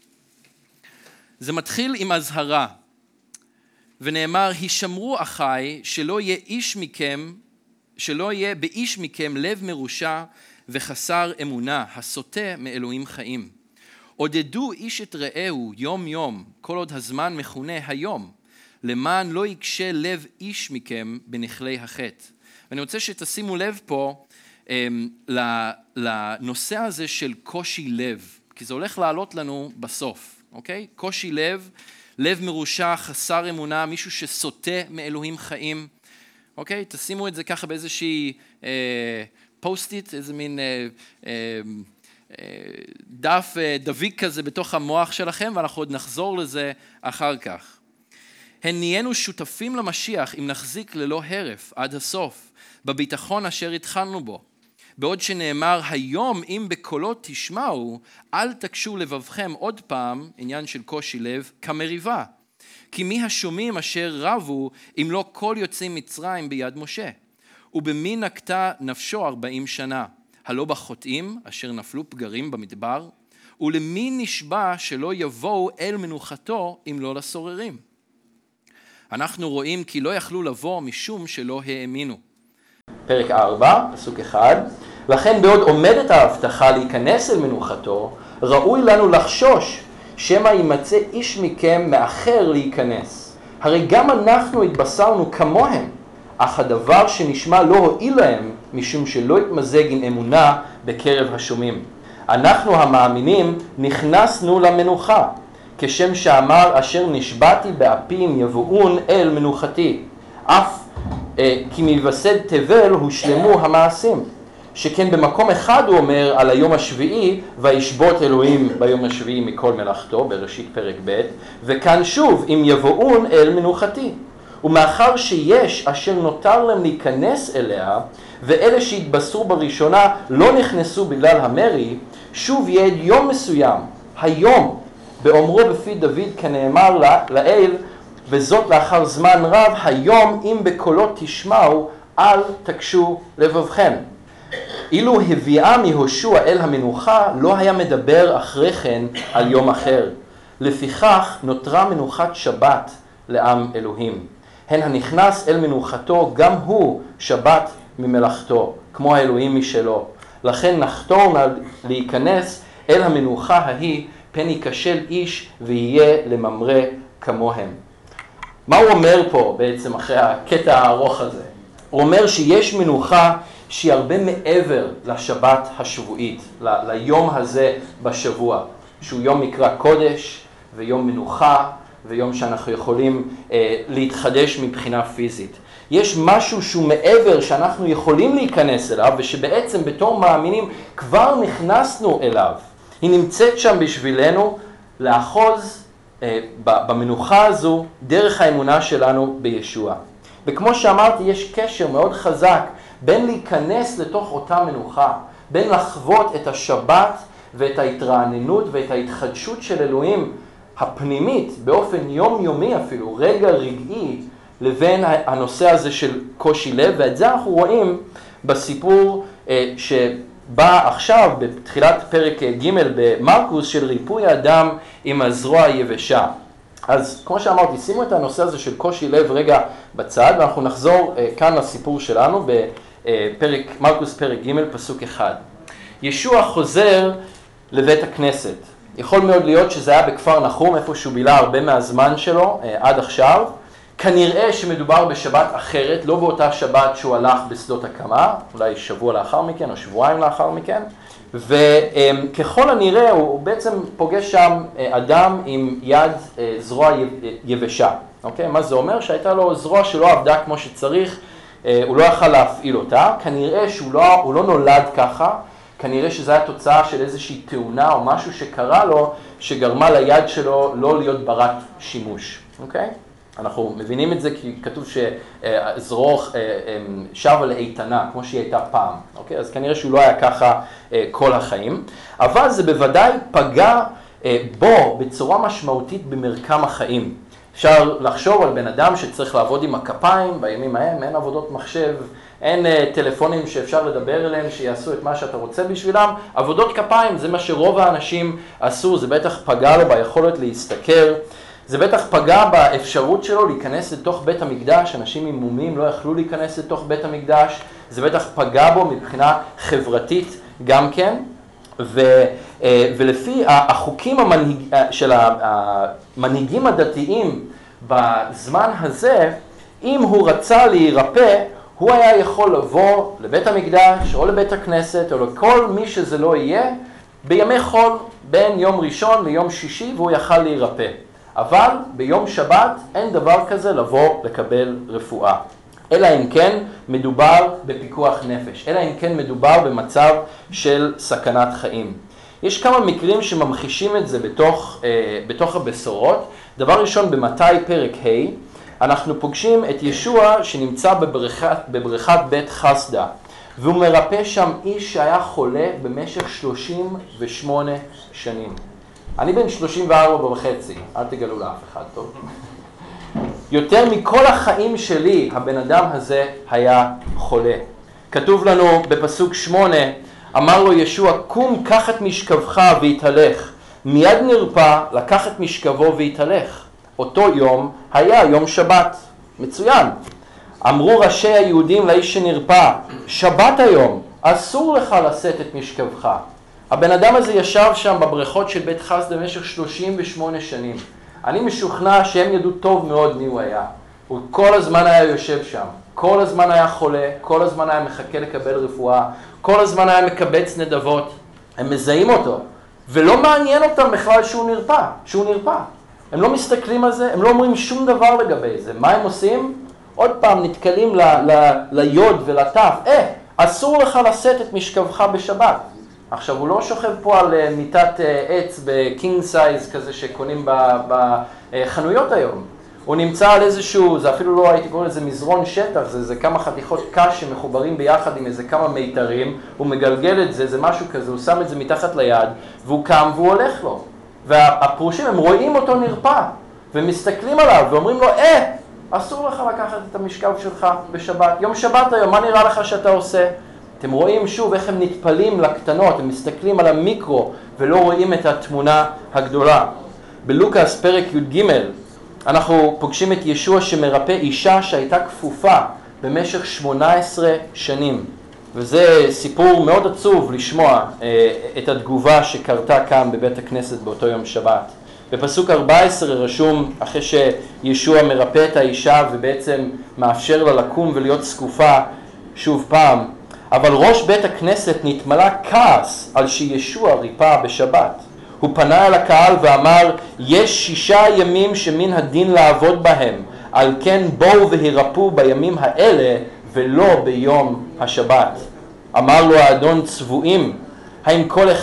זה מתחיל עם הזהרה, ונאמר, הישמרו אחי, שלא יהיה באיש מכם לב מרושע וחסר אמונה, הסוטה מאלוהים חיים. עודדו איש את רעהו יום יום, כל עוד הזמן מכונה היום, למען לא יקשה לב איש מכם בנחלי החטא. ואני רוצה שתשימו לב פה לנושא הזה של קושי לב, כי זה הולך לעלות לנו בסוף, אוקיי? קושי לב, לב מרושע, חסר אמונה, מישהו שסוטה מאלוהים חיים, אוקיי? תשימו את זה ככה באיזושהי פוסט-איט, איזה מין דף דביק כזה בתוך המוח שלכם, ואנחנו עוד נחזור לזה אחר כך. הן נהיינו שותפים למשיח אם נחזיק ללא הרף עד הסוף, בביטחון אשר התחלנו בו. בעוד שנאמר, היום אם בקולות תשמעו, אל תקשו לבבכם עוד פעם, עניין של קושי לב, כמריבה. כי מי השומעים אשר רבו, אם לא כל יוצאי מצרים ביד משה. ובמי נקטה נפשו 40 שנה, הלא בחוטאים אשר נפלו פגרים במדבר, ולמי נשבע שלא יבואו אל מנוחתו אם לא לסוררים. אנחנו רואים כי לא יכלו לבוא משום שלא האמינו. פרק 4, פסוק 1, לכן בעוד עומדת ההבטחה להיכנס אל מנוחתו, ראוי לנו לחשוש שמא יימצא איש מכם מאחר להיכנס. הרי גם אנחנו התבשרנו כמוהם, אך הדבר שנשמע לא הועיל להם, משום שלא התמזג עם אמונה בקרב השומעים. אנחנו המאמינים נכנסנו למנוחה, כשם שאמר אשר נשבעתי באפים יבואון אל מנוחתי. אף כי מבשד תבל הושלמו המעשים. שכן במקום אחד הוא אומר על היום השביעי, וישבות אלוהים ביום השביעי מכל מלאכתו, בראשית פרק ב', וכאן שוב, אם יבואון אל מנוחתי. ומאחר שיש אשר נותר להם להיכנס אליה, ואלה שהתבשרו בראשונה לא נכנסו בגלל המרי, שוב יהיה יום מסוים, היום, באומרו בפי דוד כנאמר לאל, וזאת לאחר זמן רב, היום אם בקולות תשמעו, אל תקשו לבבכם. אילו הביאה מהושע אל המנוחה, לא היה מדבר אחרי כן על יום אחר. לפיכך נותרה מנוחת שבת לעם אלוהים. הן הנכנס אל מנוחתו, גם הוא שבת ממלאכתו, כמו האלוהים משלו. לכן נחתור להיכנס אל המנוחה ההיא, פן ייכשל איש ויהיה לממרא כמוהם. מה הוא אומר פה בעצם אחרי הקטע הארוך הזה? הוא אומר שיש מנוחה שהיא הרבה מעבר לשבת השבועית, ליום הזה בשבוע, שהוא יום מקרא קודש ויום מנוחה ויום שאנחנו יכולים להתחדש מבחינה פיזית. יש משהו שהוא מעבר שאנחנו יכולים להיכנס אליו ושבעצם בתור מאמינים כבר נכנסנו אליו. היא נמצאת שם בשבילנו לאחוז במנוחה הזו דרך האמונה שלנו בישוע. וכמו שאמרתי, יש קשר מאוד חזק בין להיכנס לתוך אותה מנוחה, בין לחוות את השבת ואת ההתרעננות ואת ההתחדשות של אלוהים הפנימית באופן יומיומי אפילו, רגע רגעי, לבין הנושא הזה של קושי לב. ואת זה אנחנו רואים בסיפור שבא עכשיו בתחילת פרק ג' במרקוס של ריפוי האדם עם הזרוע היבשה. אז כמו שאמרתי, שימו את הנושא הזה של קושי לב רגע בצד, ואנחנו נחזור כאן לסיפור שלנו בפרק, מרקוס פרק ג' פסוק 1. ישוע חוזר לבית הכנסת. יכול מאוד להיות שזה היה בכפר נחום, איפה שהוא בילה הרבה מהזמן שלו עד עכשיו. כנראה שמדובר בשבת אחרת, לא באותה שבת שהוא הלך בשדות הקמה, אולי שבוע לאחר מכן או שבועיים לאחר מכן. וככל הנראה הוא בעצם פוגש שם אדם עם יד זרוע יבשה. אוקיי? מה זה אומר? שהייתה לו זרוע שלא עבדה כמו שצריך, הוא לא יכל להפעיל אותה. כנראה שהוא לא נולד ככה, כנראה שזה היה תוצאה של איזושהי תאונה או משהו שקרה לו, שגרמה ליד שלו לא להיות ברת שימוש. אוקיי? אנחנו מבינים את זה כי כתוב שזרוע שווה לאיתנה, כמו שהיא הייתה פעם. אוקיי? אז כנראה שהוא לא היה ככה כל החיים. אבל זה בוודאי פגע בו בצורה משמעותית במרקם החיים. אפשר לחשוב על בן אדם שצריך לעבוד עם הכפיים, בימים ההם אין עבודות מחשב, אין טלפונים שאפשר לדבר אליהם, שיעשו את מה שאתה רוצה בשבילם. עבודות כפיים זה מה שרוב האנשים עשו, זה בטח פגע לו ביכולת להסתכל. זה בטח פגע באפשרות שלו להיכנס לתוך בית המקדש, אנשים עם מומים לא יכלו להיכנס לתוך בית המקדש, זה בטח פגע בו מבחינה חברתית גם כן, ולפי החוקים של המנהיגים הדתיים בזמן הזה, אם הוא רצה להירפא, הוא היה יכול לבוא לבית המקדש או לבית הכנסת או לכל מי שזה לא יהיה, בימי חול בין יום ראשון ליום שישי והוא יכל להירפא. אבל ביום שבת אין דבר כזה לבוא לקבל רפואה. אלא אם כן מדובר בפיקוח נפש, אלא אם כן מדובר במצב של סכנת חיים. יש כמה מקרים שממחישים את זה בתוך הבשורות. דבר ראשון, במתי פרק ה' אנחנו פוגשים את ישוע שנמצא בבריכת בית חסדה, והוא מרפא שם איש שהיה חולה במשך 38 שנים. אני בן 34 וחצי, אל תגלו לאף אחד, טוב? יותר מכל החיים שלי, הבן אדם הזה היה חולה. כתוב לנו בפסוק 8, אמר לו ישוע, קום, קח את משכבך והתהלך. מיד נרפא, לקח את משכבו והתהלך. אותו יום היה יום שבת. מצוין. אמרו ראשי היהודים לאיש שנרפא, שבת היום, אסור לך לשאת את משכבך. הבן אדם הזה ישב שם בבריכות של בית חסדה במשך 38 שנים. אני משוכנע שהם ידעו טוב מאוד מי הוא היה. הוא כל הזמן היה יושב שם, כל הזמן היה חולה, כל הזמן היה מחכה לקבל רפואה, כל הזמן היה מקבץ נדבות. הם מזהים אותו, ולא מעניין אותם בכלל שהוא נרפא. הם לא מסתכלים על זה, הם לא אומרים שום דבר לגבי זה. מה הם עושים? עוד פעם נתקלים ליוד ולתף. אסור לך לשאת את משכבך בשבת. עכשיו, הוא לא שוכב פה על מיטת עץ בקינג סייז כזה שקונים בחנויות היום. הוא נמצא על איזשהו, זה אפילו לא הייתי קורא לזה מזרון שטח, זה כמה חתיכות קש שמחוברים ביחד עם איזה כמה מיתרים, הוא מגלגל את זה, זה משהו כזה, הוא שם את זה מתחת ליד, והוא קם והוא הולך לו. והפרושים הם רואים אותו נרפא, ומסתכלים עליו ואומרים לו, אסור לך לקחת את המשכב שלך בשבת, יום שבת היום, מה נראה לך שאתה עושה? אתם רואים שוב איך הם נטפלים לקטנות, הם מסתכלים על המיקרו ולא רואים את התמונה הגדולה. בלוקאס פרק י"ג אנחנו פוגשים את ישוע שמרפא אישה שהייתה כפופה במשך 18 שנים. וזה סיפור מאוד עצוב לשמוע את התגובה שקרתה כאן בבית הכנסת באותו יום שבת. בפסוק 14 רשום, אחרי שישוע מרפא את האישה ובעצם מאפשר לה לקום ולהיות זקופה שוב פעם, אבל ראש בית הכנסת נתמלא כעס על שישוע ריפא בשבת. הוא פנה אל הקהל ואמר, יש 6 ימים שמן הדין לעבוד בהם, על כן בואו והירפאו בימים האלה ולא ביום השבת. אמר לו האדון, צבועים, האם כל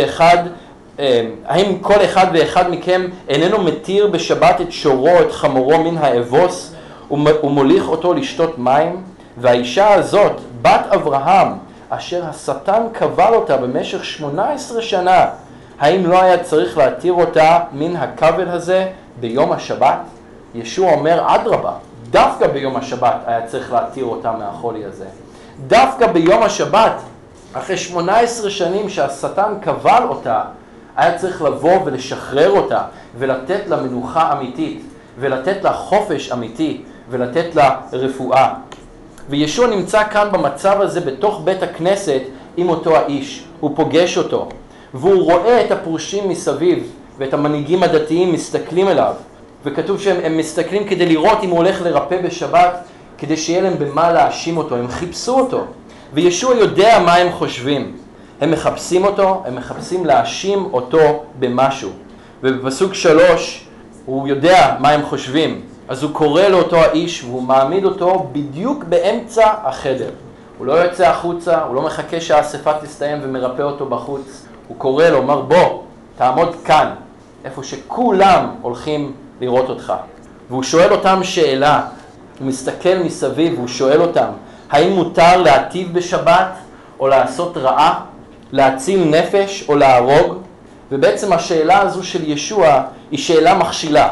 אחד ואחד מכם איננו מתיר בשבת את שורו, את חמורו מן האבוס, ומוליך אותו לשתות מים? והאישה הזאת, בת אברהם, אשר השטן קבל אותה במשך 18 שנה, האם לא היה צריך להתיר אותה מן הכבל הזה ביום השבת? ישוע אומר, אדרבה, דווקא ביום השבת היה צריך להתיר אותה מהחולי הזה. דווקא ביום השבת, אחרי 18 שנים שהשטן קבל אותה, היה צריך לבוא ולשחרר אותה, ולתת לה מנוחה אמיתית, ולתת לה חופש אמיתי, ולתת לה רפואה. וישוע נמצא כאן במצב הזה בתוך בית הכנסת עם אותו האיש. הוא פוגש אותו, והוא רואה את הפרושים מסביב, ואת המנהיגים הדתיים מסתכלים אליו. וכתוב שהם מסתכלים כדי לראות אם הוא הולך לרפא בשבת, כדי שיהיה להם במה להאשים אותו. הם חיפשו אותו, וישוע יודע מה הם חושבים. הם מחפשים אותו, הם מחפשים להאשים אותו במשהו. ובפסוק 3 הוא יודע מה הם חושבים. אז הוא קורא לאותו האיש והוא מעמיד אותו בדיוק באמצע החדר. הוא לא יוצא החוצה, הוא לא מחכה שהאספה תסתיים ומרפא אותו בחוץ. הוא קורא לו, אומר בוא, תעמוד כאן, איפה שכולם הולכים לראות אותך. והוא שואל אותם שאלה, הוא מסתכל מסביב והוא שואל אותם, האם מותר להטיב בשבת או לעשות רעה, להציל נפש או להרוג? ובעצם השאלה הזו של ישוע היא שאלה מכשילה.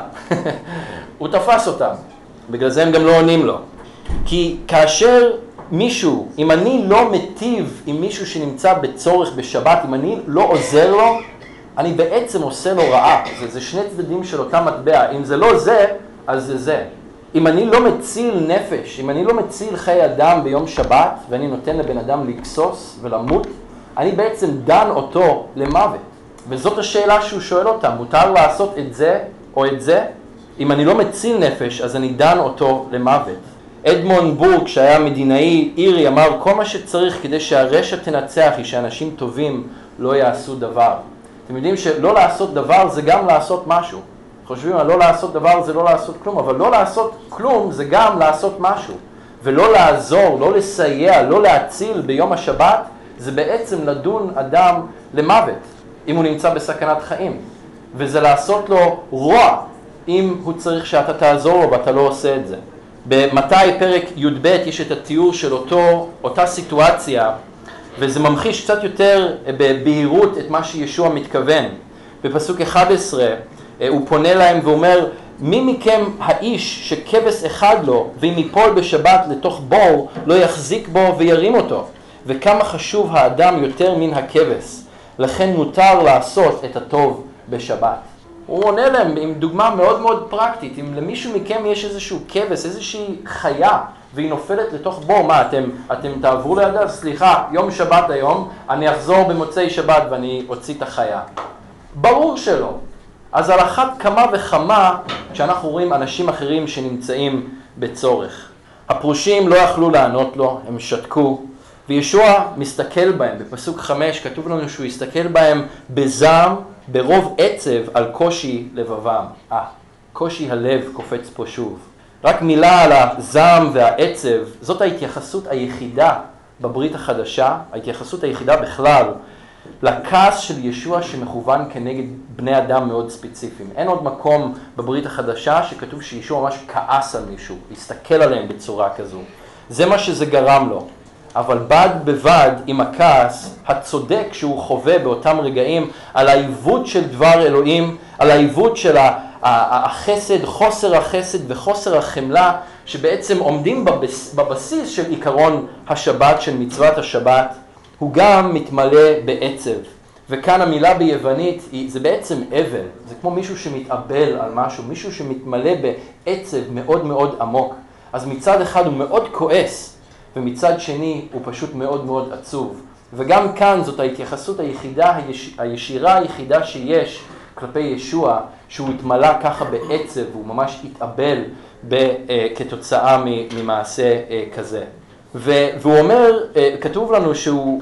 הוא תפס אותם, בגלל זה הם גם לא עונים לו. כי כאשר מישהו, אם אני לא מטיב עם מישהו שנמצא בצורך בשבת, אם אני לא עוזר לו, אני בעצם עושה לו רעה. זה שני צדדים של אותה מטבע. אם זה לא זה, אז זה זה. אם אני לא מציל נפש, אם אני לא מציל חיי אדם ביום שבת, ואני נותן לבן אדם לגסוס ולמות, אני בעצם דן אותו למוות. וזאת השאלה שהוא שואל אותם, מותר לעשות את זה או את זה? אם אני לא מציל נפש, אז אני דן אותו למוות. אדמונד בורק, שהיה מדינאי אירי, אמר, כל מה שצריך כדי שהרשע תנצח היא שאנשים טובים לא יעשו דבר. אתם יודעים שלא לעשות דבר זה גם לעשות משהו. חושבים על לא לעשות דבר זה לא לעשות כלום, אבל לא לעשות כלום זה גם לעשות משהו. ולא לעזור, לא לסייע, לא להציל ביום השבת, זה בעצם לדון אדם למוות, אם הוא נמצא בסכנת חיים. וזה לעשות לו רוע, אם הוא צריך שאתה תעזור לו ואתה לא עושה את זה. במתי פרק י"ב יש את התיאור של אותה סיטואציה, וזה ממחיש קצת יותר בבהירות את מה שישוע מתכוון. בפסוק 11 הוא פונה להם ואומר, מי מכם האיש שכבש אחד לו, ואם ייפול בשבת לתוך בור, לא יחזיק בו וירים אותו? וכמה חשוב האדם יותר מן הכבש, לכן מותר לעשות את הטוב בשבת. הוא עונה להם עם דוגמה מאוד מאוד פרקטית. אם למישהו מכם יש איזשהו כבש, איזושהי חיה, והיא נופלת לתוך בור, מה, אתם תעברו לידה? סליחה, יום שבת היום, אני אחזור במוצאי שבת ואני אוציא את החיה. ברור שלא. אז על אחת כמה וכמה, כשאנחנו רואים אנשים אחרים שנמצאים בצורך. הפרושים לא יכלו לענות לו, הם שתקו, וישוע מסתכל בהם. בפסוק 5 כתוב לנו שהוא הסתכל בהם בזעם, ברוב עצב על קושי לבבם. קושי הלב קופץ פה שוב. רק מילה על הזעם והעצב, זאת ההתייחסות היחידה בברית החדשה, ההתייחסות היחידה בכלל לכעס של ישוע שמכוון כנגד בני אדם מאוד ספציפיים. אין עוד מקום בברית החדשה שכתוב שישוע ממש כעס על מישהו, הסתכל עליהם בצורה כזו. זה מה שזה גרם לו. אבל בד בבד עם הכעס הצודק שהוא חווה באותם רגעים על העיוות של דבר אלוהים, על העיוות של החסד, חוסר החסד וחוסר החמלה שבעצם עומדים בבסיס של עיקרון השבת, של מצוות השבת, הוא גם מתמלא בעצב. וכאן המילה ביוונית זה בעצם אבל, זה כמו מישהו שמתאבל על משהו, מישהו שמתמלא בעצב מאוד מאוד עמוק. אז מצד אחד הוא מאוד כועס, ומצד שני הוא פשוט מאוד מאוד עצוב. וגם כאן זאת ההתייחסות הישירה היחידה שיש כלפי ישוע, שהוא התמלא ככה בעצב, והוא ממש התאבל כתוצאה ממעשה כזה. והוא אומר, כתוב לנו שהוא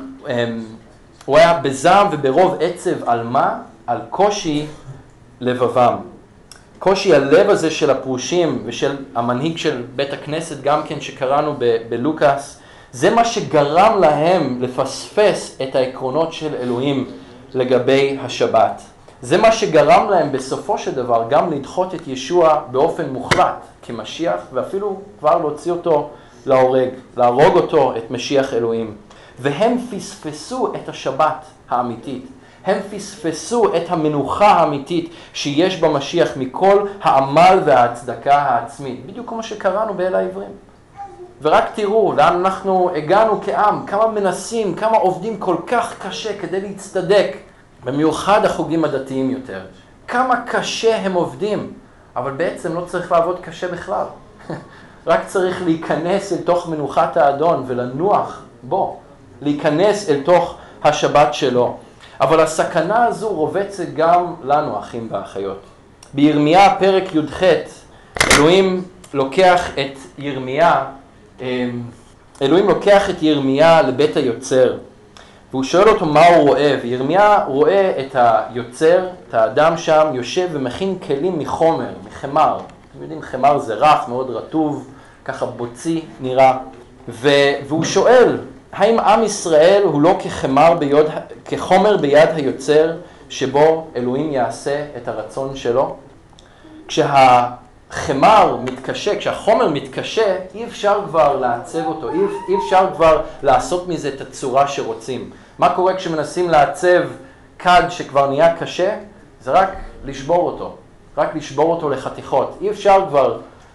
היה בזעם וברוב עצב על מה? על קושי לבבם. קושי הלב הזה של הפרושים ושל המנהיג של בית הכנסת גם כן שקראנו בלוקאס, זה מה שגרם להם לפספס את העקרונות של אלוהים לגבי השבת. זה מה שגרם להם בסופו של דבר גם לדחות את ישוע באופן מוחלט כמשיח, ואפילו כבר להוציא אותו להרוג אותו, את משיח אלוהים. והם פספסו את השבת האמיתית. הם פספסו את המנוחה האמיתית שיש במשיח מכל העמל וההצדקה העצמית. בדיוק כמו שקראנו באל העברים. ורק תראו לאן אנחנו הגענו כעם, כמה מנסים, כמה עובדים כל כך קשה כדי להצטדק. במיוחד החוגים הדתיים יותר. כמה קשה הם עובדים, אבל בעצם לא צריך לעבוד קשה בכלל. רק צריך להיכנס אל תוך מנוחת האדון ולנוח בו. להיכנס אל תוך השבת שלו. אבל הסכנה הזו רובצת גם לנו, אחים ואחיות. בירמיה פרק י"ח, אלוהים לוקח את ירמיה לבית היוצר. והוא שואל אותו מה הוא רואה, וירמיה רואה את היוצר, את האדם שם, יושב ומכין כלים מחומר, מחמר. אתם יודעים, חמר זה רך, מאוד רטוב, ככה בוצי נראה. והוא שואל, האם עם ישראל הוא לא כחומר ביד היוצר, שבו אלוהים יעשה את הרצון שלו? כשהחמר מתקשה, כשהחומר מתקשה, אי אפשר כבר לעצב אותו, אי אפשר כבר לעשות מזה את הצורה שרוצים. מה קורה כשמנסים לעצב כד שכבר נהיה קשה? זה רק לשבור אותו, רק לשבור אותו לחתיכות. אי אפשר כבר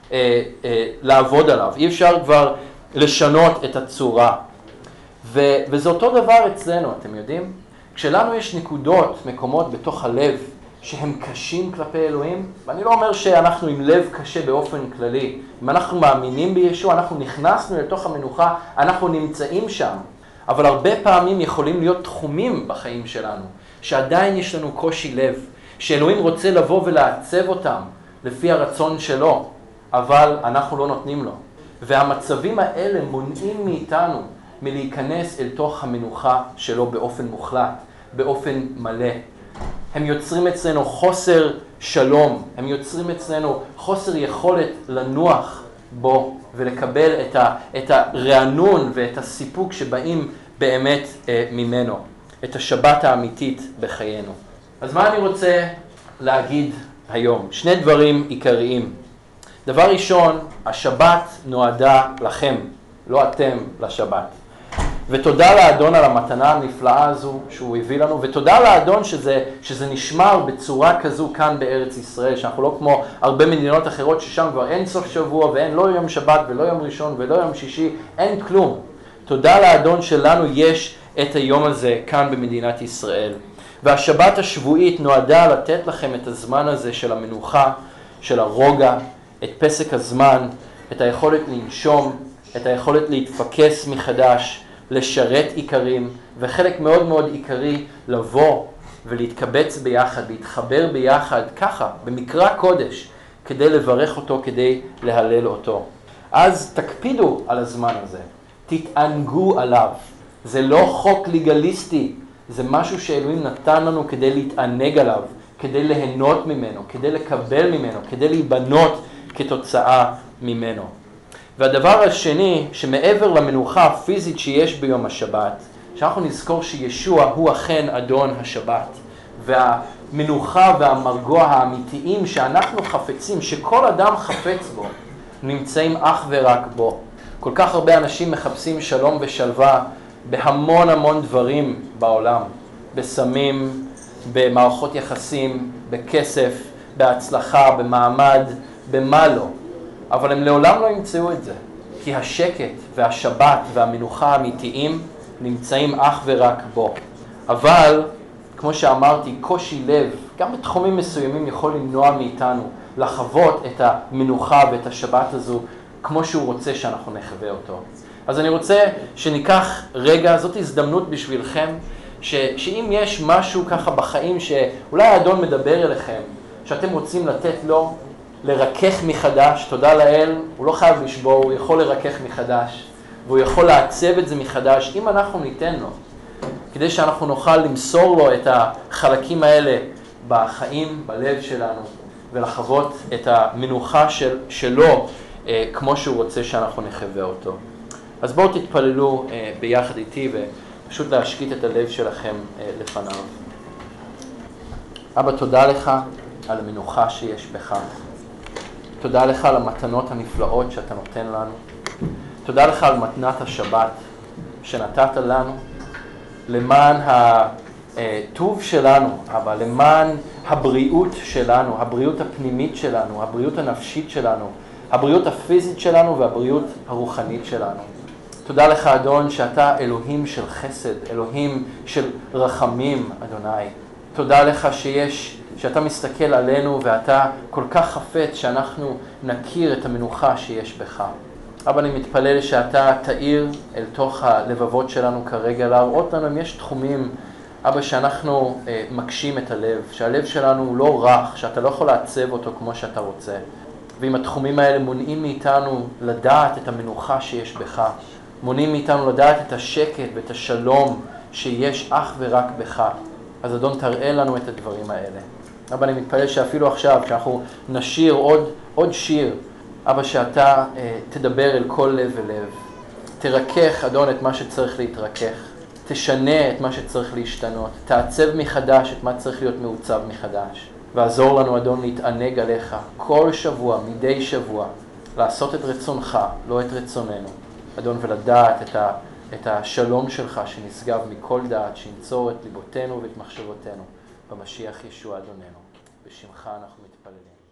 לעבוד עליו, אי אפשר כבר לשנות את הצורה. וזה אותו דבר אצלנו, אתם יודעים? כשלנו יש נקודות, מקומות בתוך הלב שהם קשים כלפי אלוהים, ואני לא אומר שאנחנו עם לב קשה באופן כללי. אם אנחנו מאמינים בישוע, אנחנו נכנסנו לתוך המנוחה, אנחנו נמצאים שם. אבל הרבה פעמים יכולים להיות תחומים בחיים שלנו, שעדיין יש לנו קושי לב, שאלוהים רוצה לבוא ולעצב אותם לפי הרצון שלו, אבל אנחנו לא נותנים לו. והמצבים האלה מונעים מאיתנו מלהיכנס אל תוך המנוחה שלו באופן מוחלט, באופן מלא. הם יוצרים אצלנו חוסר שלום, הם יוצרים אצלנו חוסר יכולת לנוח בו ולקבל את הרענון ואת הסיפוק שבאים באמת ממנו, את השבת האמיתית בחיינו. אז מה אני רוצה להגיד היום? שני דברים עיקריים. דבר ראשון, השבת נועדה לכם, לא אתם לשבת. ותודה לאדון על המתנה הנפלאה הזו שהוא הביא לנו, ותודה לאדון שזה נשמר בצורה כזו כאן בארץ ישראל, שאנחנו לא כמו הרבה מדינות אחרות ששם כבר אין סוף שבוע ואין לא יום שבת ולא יום ראשון ולא יום שישי, אין כלום. תודה לאדון שלנו יש את היום הזה כאן במדינת ישראל. והשבת השבועית נועדה לתת לכם את הזמן הזה של המנוחה, של הרוגע, את פסק הזמן, את היכולת לנשום, את היכולת להתפקס מחדש, לשרת עיקרים, וחלק מאוד מאוד עיקרי לבוא ולהתקבץ ביחד, להתחבר ביחד, ככה, במקרא קודש, כדי לברך אותו, כדי להלל אותו. אז תקפידו על הזמן הזה, תתענגו עליו. זה לא חוק לגליסטי, זה משהו שאלוהים נתן לנו כדי להתענג עליו, כדי ליהנות ממנו, כדי לקבל ממנו, כדי להיבנות כתוצאה ממנו. והדבר השני, שמעבר למנוחה הפיזית שיש ביום השבת, שאנחנו נזכור שישוע הוא אכן אדון השבת, והמנוחה והמרגוע האמיתיים שאנחנו חפצים, שכל אדם חפץ בו, נמצאים אך ורק בו. כל כך הרבה אנשים מחפשים שלום ושלווה בהמון דברים בעולם, בסמים, במערכות יחסים, בכסף, בהצלחה, במעמד, במה לא. אבל הם לעולם לא ימצאו את זה, כי השקט והשבת והמנוחה האמיתיים נמצאים אך ורק בו. אבל, כמו שאמרתי, קושי לב, גם בתחומים מסוימים יכול למנוע מאיתנו לחוות את המנוחה ואת השבת הזו כמו שהוא רוצה שאנחנו נחווה אותו. אז אני רוצה שניקח רגע, זאת הזדמנות בשבילכם, שאם יש משהו ככה בחיים שאולי האדון מדבר אליכם, שאתם רוצים לתת לו, לרכך מחדש, תודה לאל, הוא לא חייב לשבור, הוא יכול לרכך מחדש, והוא יכול לעצב את זה מחדש, אם אנחנו ניתן לו, כדי שאנחנו נוכל למסור לו את החלקים האלה בחיים, בלב שלנו, ולחוות את המנוחה שלו, כמו שהוא רוצה שאנחנו נחווה אותו. אז בואו תתפללו ביחד איתי, ופשוט להשקיט את הלב שלכם לפניו. אבא, תודה לך על המנוחה שיש בך. תודה לך על המתנות הנפלאות שאתה נותן לנו. תודה לך על מתנת השבת שנתת לנו, למען הטוב שלנו, אבא, למען הבריאות שלנו, הבריאות הפנימית שלנו, הבריאות הנפשית שלנו, הבריאות הפיזית שלנו והבריאות הרוחנית שלנו. תודה לך, אדון, שאתה אלוהים של חסד, אלוהים של רחמים, אדוני. תודה לך שאתה מסתכל עלינו ואתה כל כך חפץ שאנחנו נכיר את המנוחה שיש בך. אבל אני מתפלל שאתה תאיר אל תוך הלבבות שלנו כרגע, להראות לנו אם יש תחומים, אבא, שאנחנו מקשים את הלב, שהלב שלנו הוא לא רך, שאתה לא יכול לעצב אותו כמו שאתה רוצה. ואם התחומים האלה מונעים מאיתנו לדעת את המנוחה שיש בך, מונעים מאיתנו לדעת את השקט ואת השלום שיש אך ורק בך, אז אדון תראה לנו את הדברים האלה. אבא, אני מתפלל שאפילו עכשיו, כשאנחנו נשיר עוד שיר, אבא, שאתה תדבר אל כל לב ולב. תרכך, אדון, את מה שצריך להתרכך. תשנה את מה שצריך להשתנות. תעצב מחדש את מה צריך להיות מעוצב מחדש. ועזור לנו, אדון, להתענג עליך כל שבוע, מדי שבוע, לעשות את רצונך, לא את רצוננו. אדון, ולדעת את השלום שלך שנשגב מכל דעת, שינצור את ליבותינו ואת מחשבותינו. במשיח ישוע אדוננו. בשמך אנחנו מתפללים.